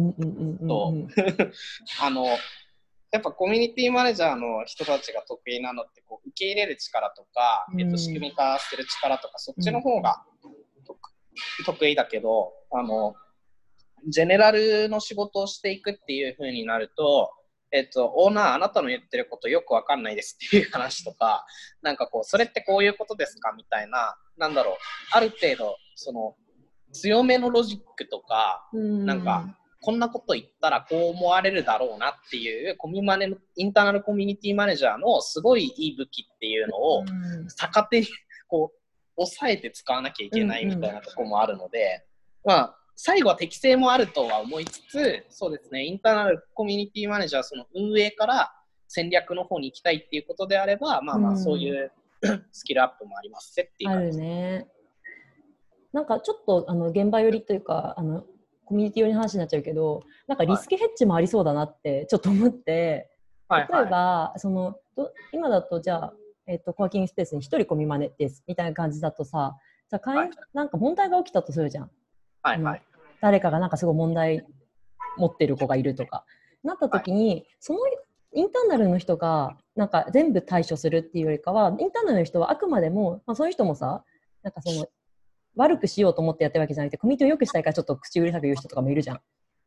やっぱコミュニティマネージャーの人たちが得意なのってこう受け入れる力とか、仕組み化する力とかそっちの方が得意だけど、ジェネラルの仕事をしていくっていう風になると、オーナーあなたの言ってることよくわかんないですっていう話とか、なんかこうそれってこういうことですかみたいな、なんだろう、ある程度その強めのロジックとか、なんかこんなこと言ったらこう思われるだろうなっていうインターナルコミュニティマネージャーのすごいいい武器っていうのを逆手にこう抑えて使わなきゃいけないみたいなところもあるので、最後は適性もあるとは思いつつ、そうですね、インターナルコミュニティマネージャー、その運営から戦略の方に行きたいっていうことであれば、そういうスキルアップもありますっていう感じです。 あるね。なんかちょっと現場寄りというかコミュニティ寄りの話になっちゃうけど、なんかリスクヘッジもありそうだなってちょっと思って、例えば、今だとじゃあ、コワーキングスペースに1人コミマネですみたいな感じだとさ、じゃあなんか問題が起きたとするじゃん。誰かがなんかすごい問題持ってる子がいるとかなった時に、そのインターナルの人がなんか全部対処するっていうよりかは、インターナルの人はあくまでも、そういう人もさ、なんかその悪くしようと思ってやってるわけじゃなくて、コミュニティを良くしたいからちょっと口うるさく言う人とかもいるじゃん。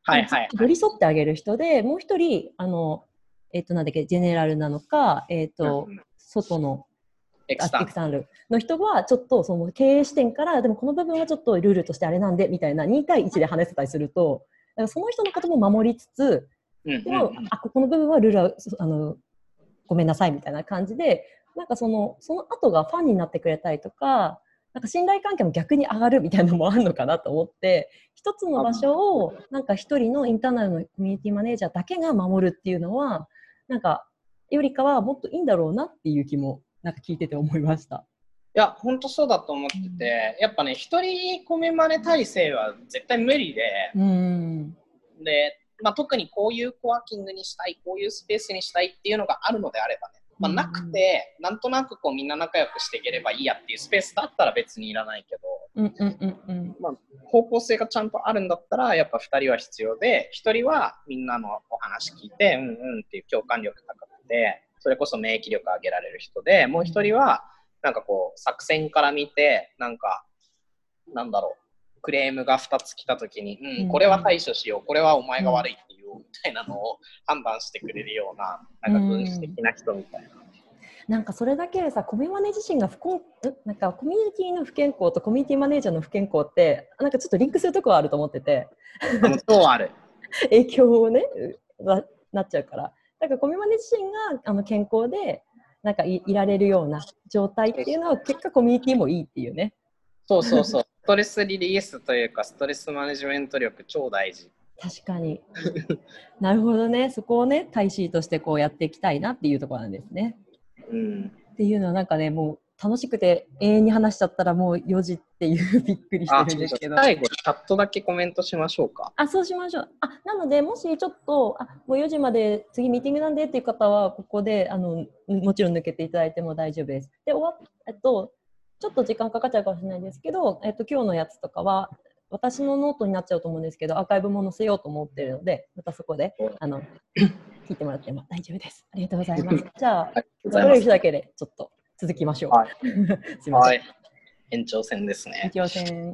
はいはい、はい。 寄り添ってあげる人で、もう一人、なんだっけ、ジェネラルなのか、外の、 エクスターンエクスターナルの人は、ちょっとその経営視点から、でもこの部分はちょっとルールとしてあれなんで、みたいな2対1で話せたりすると、その人のことも守りつつ、でも、ここの部分はルールは、ごめんなさいみたいな感じで、なんかその後がファンになってくれたりとか、なんか信頼関係も逆に上がるみたいなのもあるのかなと思って、一つの場所をなんか一人のインターナルのコミュニティマネージャーだけが守るっていうのは、なんかよりかはもっといいんだろうなっていう気もなんか聞いてて思いました。 いや、本当そうだと思ってて、やっぱね、一人コミマネ体制は絶対無理で、で、特にこういうコワーキングにしたい、こういうスペースにしたいっていうのがあるのであればね、なくて、なんとなくこうみんな仲良くしていければいいやっていうスペースだったら別にいらないけど、方向性がちゃんとあるんだったら、やっぱ2人は必要で、1人はみんなのお話聞いて、っていう共感力高くて、それこそ免疫力上げられる人で、もう1人は、なんかこう、作戦から見て、なんか、なんだろう、クレームが2つ来たときに、これは対処しよう、これはお前が悪いっていう、みたいなのを判断してくれるような、なんか軍事的な人みたいな。 なんかそれだけでさ、コミマネ自身がなんかコミュニティの不健康とコミュニティマネージャーの不健康って、なんかちょっとリンクするところあると思ってて。 そうある。 影響をね、なっちゃうから。だからコミマネ自身が健康で、なんか いられるような状態っていうのは、結果コミュニティもいいっていうね。 そうそうそう。ストレスリリースというか、ストレスマネジメント力超大事。 確かに。なるほどね。そこをね、大使としてこうやっていきたいなっていうところなんですね。っていうのはなんかね、もう楽しくて永遠に話しちゃったらもう4時っていうびっくりしてるんですけど。 最後、チャットだけコメントしましょうか。 そうしましょう。なので、もしちょっと、もう4時まで次ミーティングなんでっていう方は、ここでもちろん抜けていただいても大丈夫です。で、ちょっと時間かかっちゃうかもしれないですけど、今日のやつとかは、私のノートになっちゃうと思うんですけど、アーカイブも載せようと思ってるので、またそこで、聞いてもらっても大丈夫です。ありがとうございます。じゃあ、これだけでちょっと続きましょう。 はい、 すいません。 延長戦ですね。 延長戦。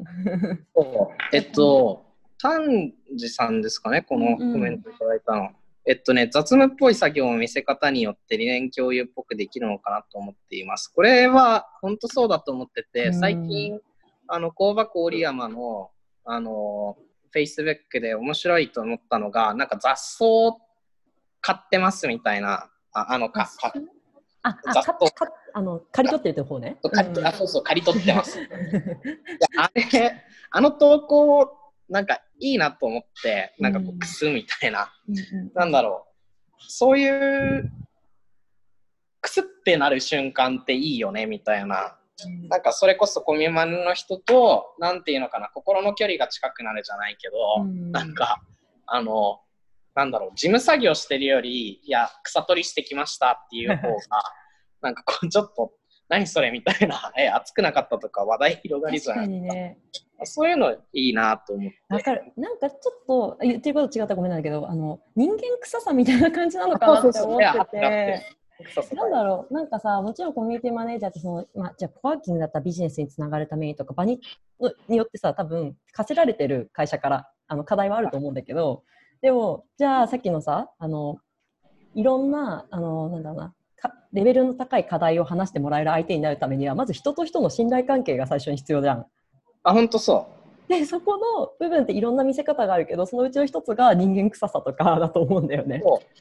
丹治さんですかね、このコメントいただいたの。雑務っぽい作業の見せ方によって理念共有っぽくできるのかなと思っています。これは本当そうだと思ってて、最近、工場郡山の、Facebook で面白いと思ったのが、なんか雑草買ってますみたいな、 刈り取ってる方ね。 そうそう、刈り取ってます。あの投稿、なんかいいなと思って、なんかクスみたいな、なんだろう、そういうクスってなる瞬間っていいよねみたいな、なんかそれこそコミマネの人と、なんていうのかな、心の距離が近くなるじゃないけど、なんか、なんだろう、事務作業してるより、いや、草取りしてきましたっていう方が、なんかこうちょっと、何それみたいな、熱くなかったとか話題広がりづらい。確かにね。そういうのいいなと思って。 わかる。なんかちょっと、言ってること違ったらごめんなんだけど、人間臭さみたいな感じなのかなって思ってて。なんだろう、なんかさ、もちろんコミュニティマネージャーってじゃあコワーキングだったらビジネスにつながるためにとか、場によってさ、多分課せられてる会社から課題はあると思うんだけど、でも、じゃあさっきのさ、いろんな、なんだろうな、レベルの高い課題を話してもらえる相手になるためには、まず人と人の信頼関係が最初に必要じゃん。 本当そう。 で、そこの部分っていろんな見せ方があるけど、そのうちの一つが人間臭さとかだと思うんだよね。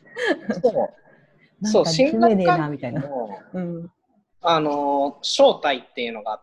そう、信頼関係の正体っていうのがあって、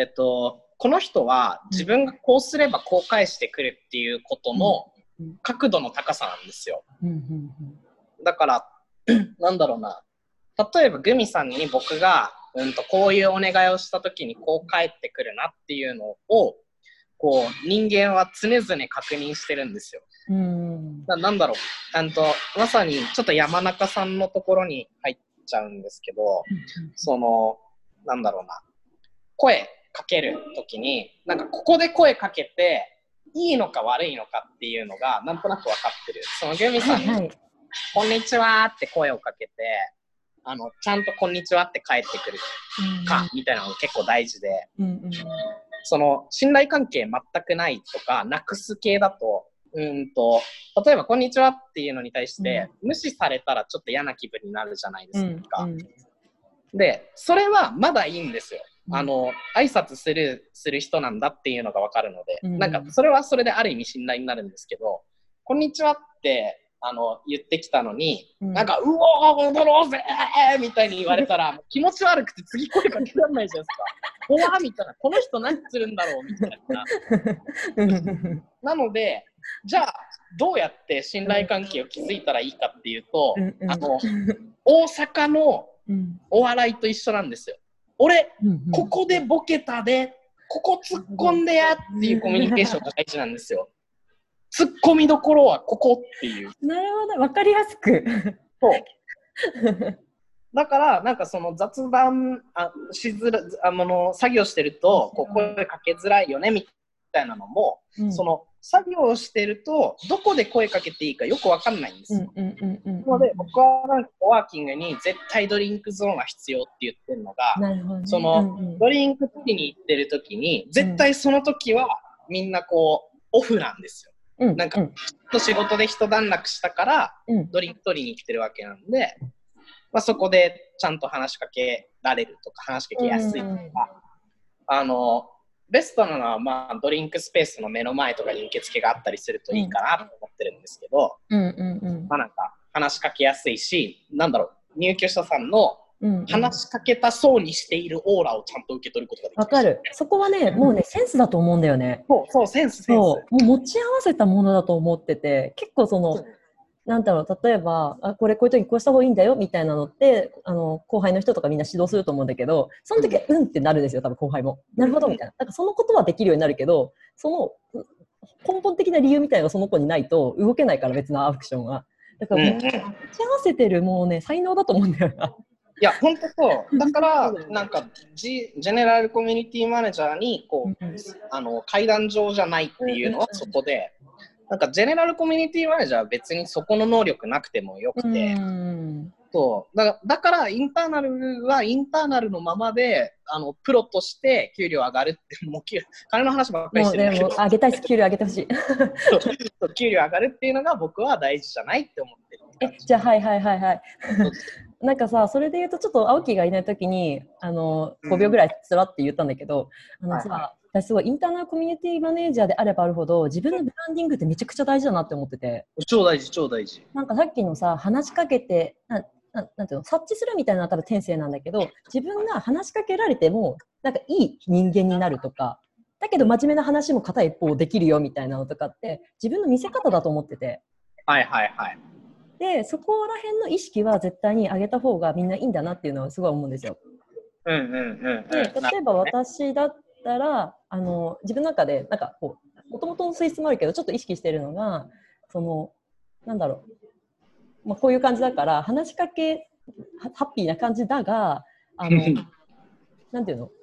この人は自分がこうすればこう返してくるっていうことの角度の高さなんですよ。だから、なんだろうな、例えばグミさんに僕がこういうお願いをした時にこう返ってくるなっていうのをこう人間は常々確認してるんですよ。なんだろう、まさにちょっと山中さんのところに入っちゃうんですけど、なんだろうな、声かける時になんかここで声かけていいのか悪いのかっていうのがなんとなく分かってる。そのグミさんに、こんにちはって声をかけて、ちゃんとこんにちはって返ってくるかみたいなのが結構大事で、 その信頼関係全くないとかなくす系だと、例えばこんにちはっていうのに対して、無視されたらちょっと嫌な気分になるじゃないですか。で、それはまだいいんですよ。挨拶する人なんだっていうのが分かるので、なんかそれはそれである意味信頼になるんですけど、こんにちはって言ってきたのに、なんかうおー踊ろうぜーみたいに言われたら気持ち悪くて次声かけられないじゃないですか。怖みたいな、この人何するんだろうみたいな。なので、じゃあどうやって信頼関係を築いたらいいかっていうと、大阪のお笑いと一緒なんですよ。俺、ここでボケたで、ここ突っ込んでやっていうコミュニケーションが大事なんですよ。突っ込みどころはここっていう。 なるほど、わかりやすく。 そう。だからなんかその雑談しづら作業してるとこう声かけづらいよねみたいなのも、その作業をしてるとどこで声かけていいかよくわかんないんですよ。なので僕はなんかコワーキングに絶対ドリンクゾーンが必要って言ってるのが、そのドリンク取りに行ってる時に絶対その時はみんなこうオフなんですよ。なんかちょっと仕事で一段落したからドリンク取りに行ってるわけなんで、まあ、そこでちゃんと話しかけられるとか話しかけやすいとか、ベストなのは、まあ、ドリンクスペースの目の前とかに受付があったりするといいかなと思ってるんですけど、まあなんか話しかけやすいし、なんだろう、入居者さんの話しかけたそうにしているオーラをちゃんと受け取ることができる。 わかる。そこはね、もうね、センスだと思うんだよね。 そう、センス。 もう持ち合わせたものだと思ってて、結構その、なんだろう、例えば、こういう時こうした方がいいんだよみたいなのって、後輩の人とかみんな指導すると思うんだけど、その時はってなるんですよ、多分後輩も。なるほどみたいな。なんかそのことはできるようになるけど、その根本的な理由みたいなのがその子にないと動けないから、別のアクションは。だから、持ち合わせてるもうね、才能だと思うんだよな。 いや、ほんとそう。だから、なんか、ジェネラルコミュニティマネージャーに、こう、階段上じゃないっていうのはそこで、なんか、ジェネラルコミュニティマネージャーは別にそこの能力なくてもよくて、そうだからインターナルはインターナルのままでプロとして給料上がるってもう金の話ばっかりしてるんだけど、 上げたいし、給料上げてほしいそう給料上がるっていうのが僕は大事じゃないって思ってる。 じゃあはいなんかさ、それで言うとちょっと青木がいないときに5秒ぐらいつらって言ったんだけど、私すごいインターナルコミュニティマネージャーであればあるほど自分のブランディングってめちゃくちゃ大事だなって思ってて、 超大事。 なんかさっきのさ、話しかけてなんていうの、察知するみたいなのは多分天性なんだけど、自分が話しかけられてもなんかいい人間になるとか、だけど真面目な話も片一方できるよみたいなのとかって自分の見せ方だと思ってて、でそこら辺の意識は絶対に上げた方がみんないいんだなっていうのはすごい思うんですよ。で例えば私だったら自分の中でなんかこうもともとの性質もあるけどちょっと意識してるのが、そのなんだろう、こういう感じだから話しかけハッピーな感じだがなんていうの、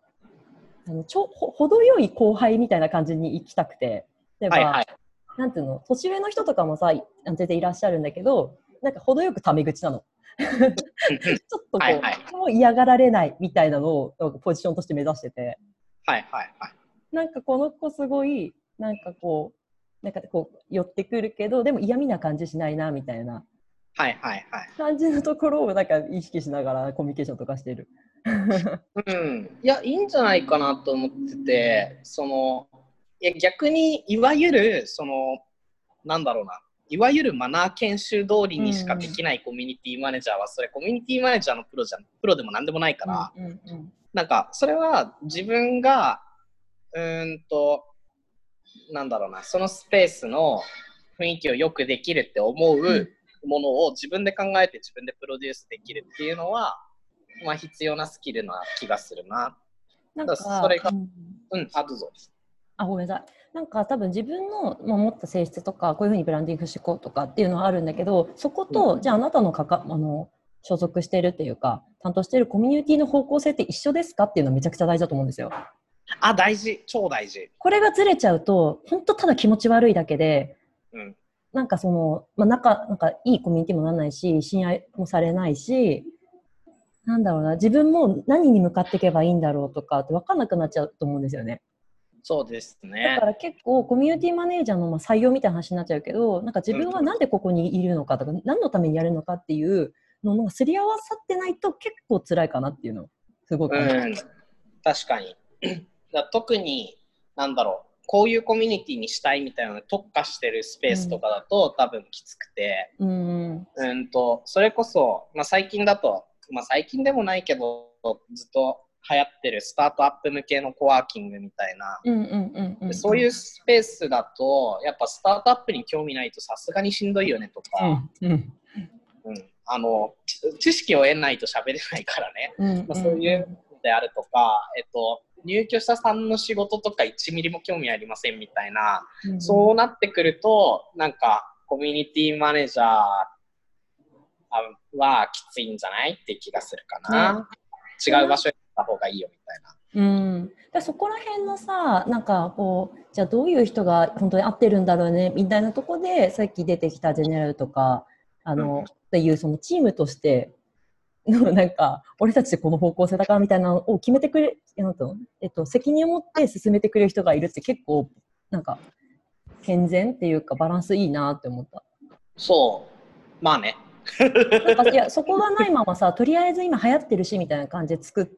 程よい後輩みたいな感じに行きたくて、例えば、なんていうの、年上の人とかもさ全然いらっしゃるんだけど、なんか程よくタメ口なのちょっとこう、もう嫌がられないみたいなのをポジションとして目指してて、なんかこの子すごいなんかこう寄ってくるけどでも嫌味な感じしないなみたいな感じのところをなんか意識しながらコミュニケーションとかしてるいや、いいんじゃないかなと思ってて、逆にいわゆるなんだろうな、いわゆるマナー研修通りにしかできないコミュニティマネージャーはそれコミュニティマネージャーのプロでもなんでもないから、なんかそれは自分がなんだろうな、そのスペースの雰囲気をよくできるって思うものを自分で考えて自分でプロデュースできるっていうのは、まあ、必要なスキルな気がするな。 なんかそれが、どうぞ。 ごめんなさい。なんか多分自分の持った性質とかこういうふうにブランディングしていこうとかっていうのはあるんだけど、そこと、じゃああなたの所属してるっていうか担当してるコミュニティの方向性って一緒ですかっていうのはめちゃくちゃ大事だと思うんですよ。 大事、超大事。 これがずれちゃうと本当ただ気持ち悪いだけで、なんかなんかいいコミュニティもならないし信頼もされないし、なんだろうな、自分も何に向かっていけばいいんだろうとかって分かんなくなっちゃうと思うんですよね。 そうですだね。 から結構コミュニティマネージャーのまあ採用みたいな話になっちゃうけど、なんか自分はなんでここにいるのかとか、何のためにやるのかっていうのがすり合わさってないと結構辛いかなっていうのをすごい感じる。 確かに。特に、なんだろう、こういうコミュニティにしたいみたいなのに特化してるスペースとかだと、多分きつくて、それこそ、まあ、最近だと、まあ、最近でもないけど、ずっと流行ってるスタートアップ向けのコワーキングみたいな、そういうスペースだと、やっぱスタートアップに興味ないとさすがにしんどいよねとか、知識を得ないと喋れないからね、そういうのであるとか、入居者さんの仕事とか1ミリも興味ありませんみたいな、そうなってくると、なんかコミュニティマネージャーはきついんじゃないって気がするかな。違う場所に行った方がいいよみたいな。 でそこら辺のさ、なんかこう、じゃあどういう人が本当に合ってるんだろうねみたいなところで、さっき出てきたジェネラルとか、っていうそのチームとして、なんか、俺たちでこの方向性だからみたいなのを決めてくれ、責任を持って進めてくれる人がいるって結構、なんか、健全っていうかバランスいいなって思った。 そう。まあね。 なんかいやそこがないままさ、とりあえず今流行ってるしみたいな感じで作って、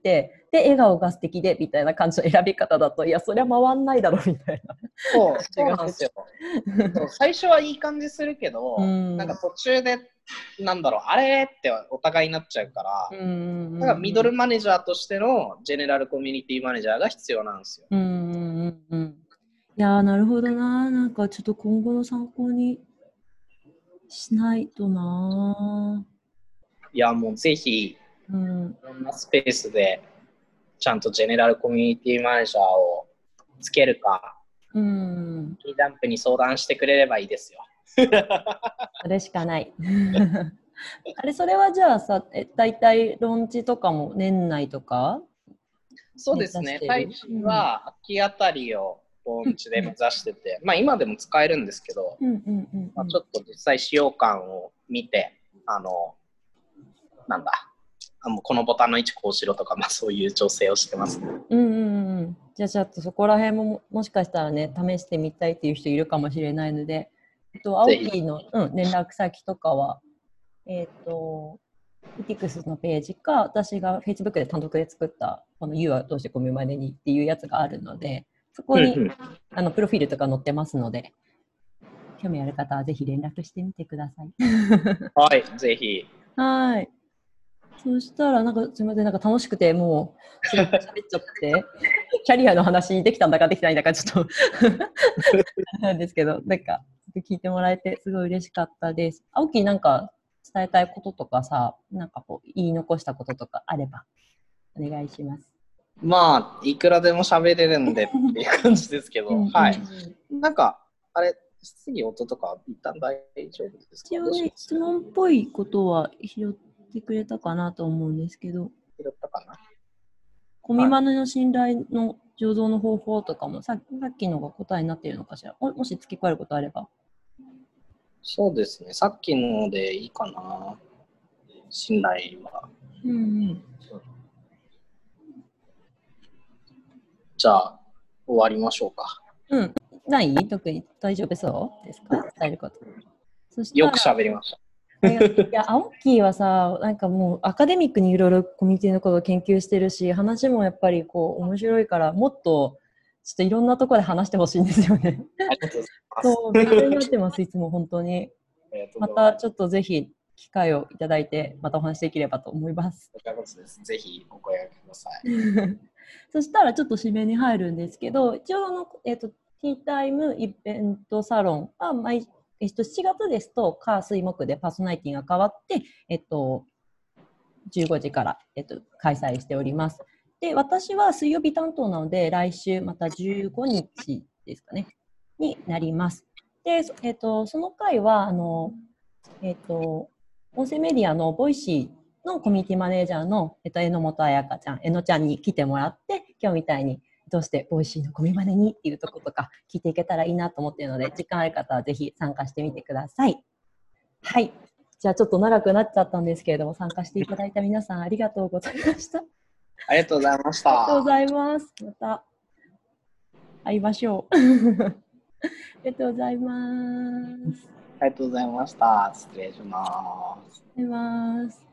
で笑顔が素敵でみたいな感じの選び方だと、いやそりゃ回んないだろうみたいな。 そうなんですよ。最初はいい感じするけど、なんか途中でなんだろう、あれってお互いになっちゃうから、だからミドルマネージャーとしてのジェネラルコミュニティマネージャーが必要なんですよ。 いやー、なるほどな。なんかちょっと今後の参考にしないとな。 いや、もうぜひ、いろんなスペースでちゃんとジェネラルコミュニティマネージャーをつけるか、キーダンプに相談してくれればいいですよ。 それしかない。あれ、それはじゃあさ、大体ローンチとかも年内とか？ そうですね。大使は秋あたりをローンチで目指してて、まあ今でも使えるんですけど、ちょっと実際使用感を見て、なんだ、このボタンの位置こうしろとか、まあそういう調整をしてますね。 じゃあちょっとそこら辺ももしかしたらね、試してみたいっていう人いるかもしれないので、青木の、連絡先とかは、Etix のページか、私が Facebook で単独で作ったこの You はどうしてコミュマネにっていうやつがあるので、そこに、プロフィールとか載ってますので、興味ある方はぜひ連絡してみてください。 はい、ぜひ。 はい。そしたら、なんかすみません、なんか楽しくて、もう、すごく喋っちゃって、キャリアの話できたんだかできてないんだか、ちょっとなんですけど、なんか、聞いてもらえて、すごい嬉しかったです。青木、なんか、伝えたいこととかさ、なんかこう、言い残したこととかあれば、お願いします。 まあ、いくらでも喋れるんでっていう感じですけど、はい。なんか、あれ、質疑応答とか一旦大丈夫ですか？ 一応ね、質問っぽいことは拾ってくれたかなと思うんですけど、 拾ったかな？ コミマネの信頼の醸造の方法とかもさっきのが答えになっているのかしら。もし付け加えることあれば。 そうですね。さっきのでいいかな。信頼は。じゃあ、終わりましょうか。 ない特に大丈夫そうですか？伝えること。 よく喋りました。 いや、青木はさ、なんかもうアカデミックにいろいろコミュニティのことを研究してるし、話もやっぱりこう面白いから、もっとちょっといろんなところで話してほしいんですよね。 ありがとうございます。 そう、勉強になってます、いつも本当に。またちょっとぜひ機会をいただいて、またお話できればと思います。 ぜひお声掛けください。 そしたらちょっと締めに入るんですけど、一応ティータイムイベントサロンは7月ですと火水木でパーソナリティが変わって、15時から、開催しております。で、私は水曜日担当なので、来週また15日ですかね、になります。で、その回は、音声メディアのボイシーのコミュニティマネージャーの、榎本彩香ちゃん、えのちゃんに来てもらって、今日みたいにどうしてボイシーのコミマネにっていうところとか聞いていけたらいいなと思っているので、時間ある方はぜひ参加してみてください。はい。じゃあちょっと長くなっちゃったんですけれども、参加していただいた皆さんありがとうございました。 ありがとうございました。 ありがとうございます。また。 会いましょう。ありがとうございます。 ありがとうございました。失礼します。 ありがとうございます。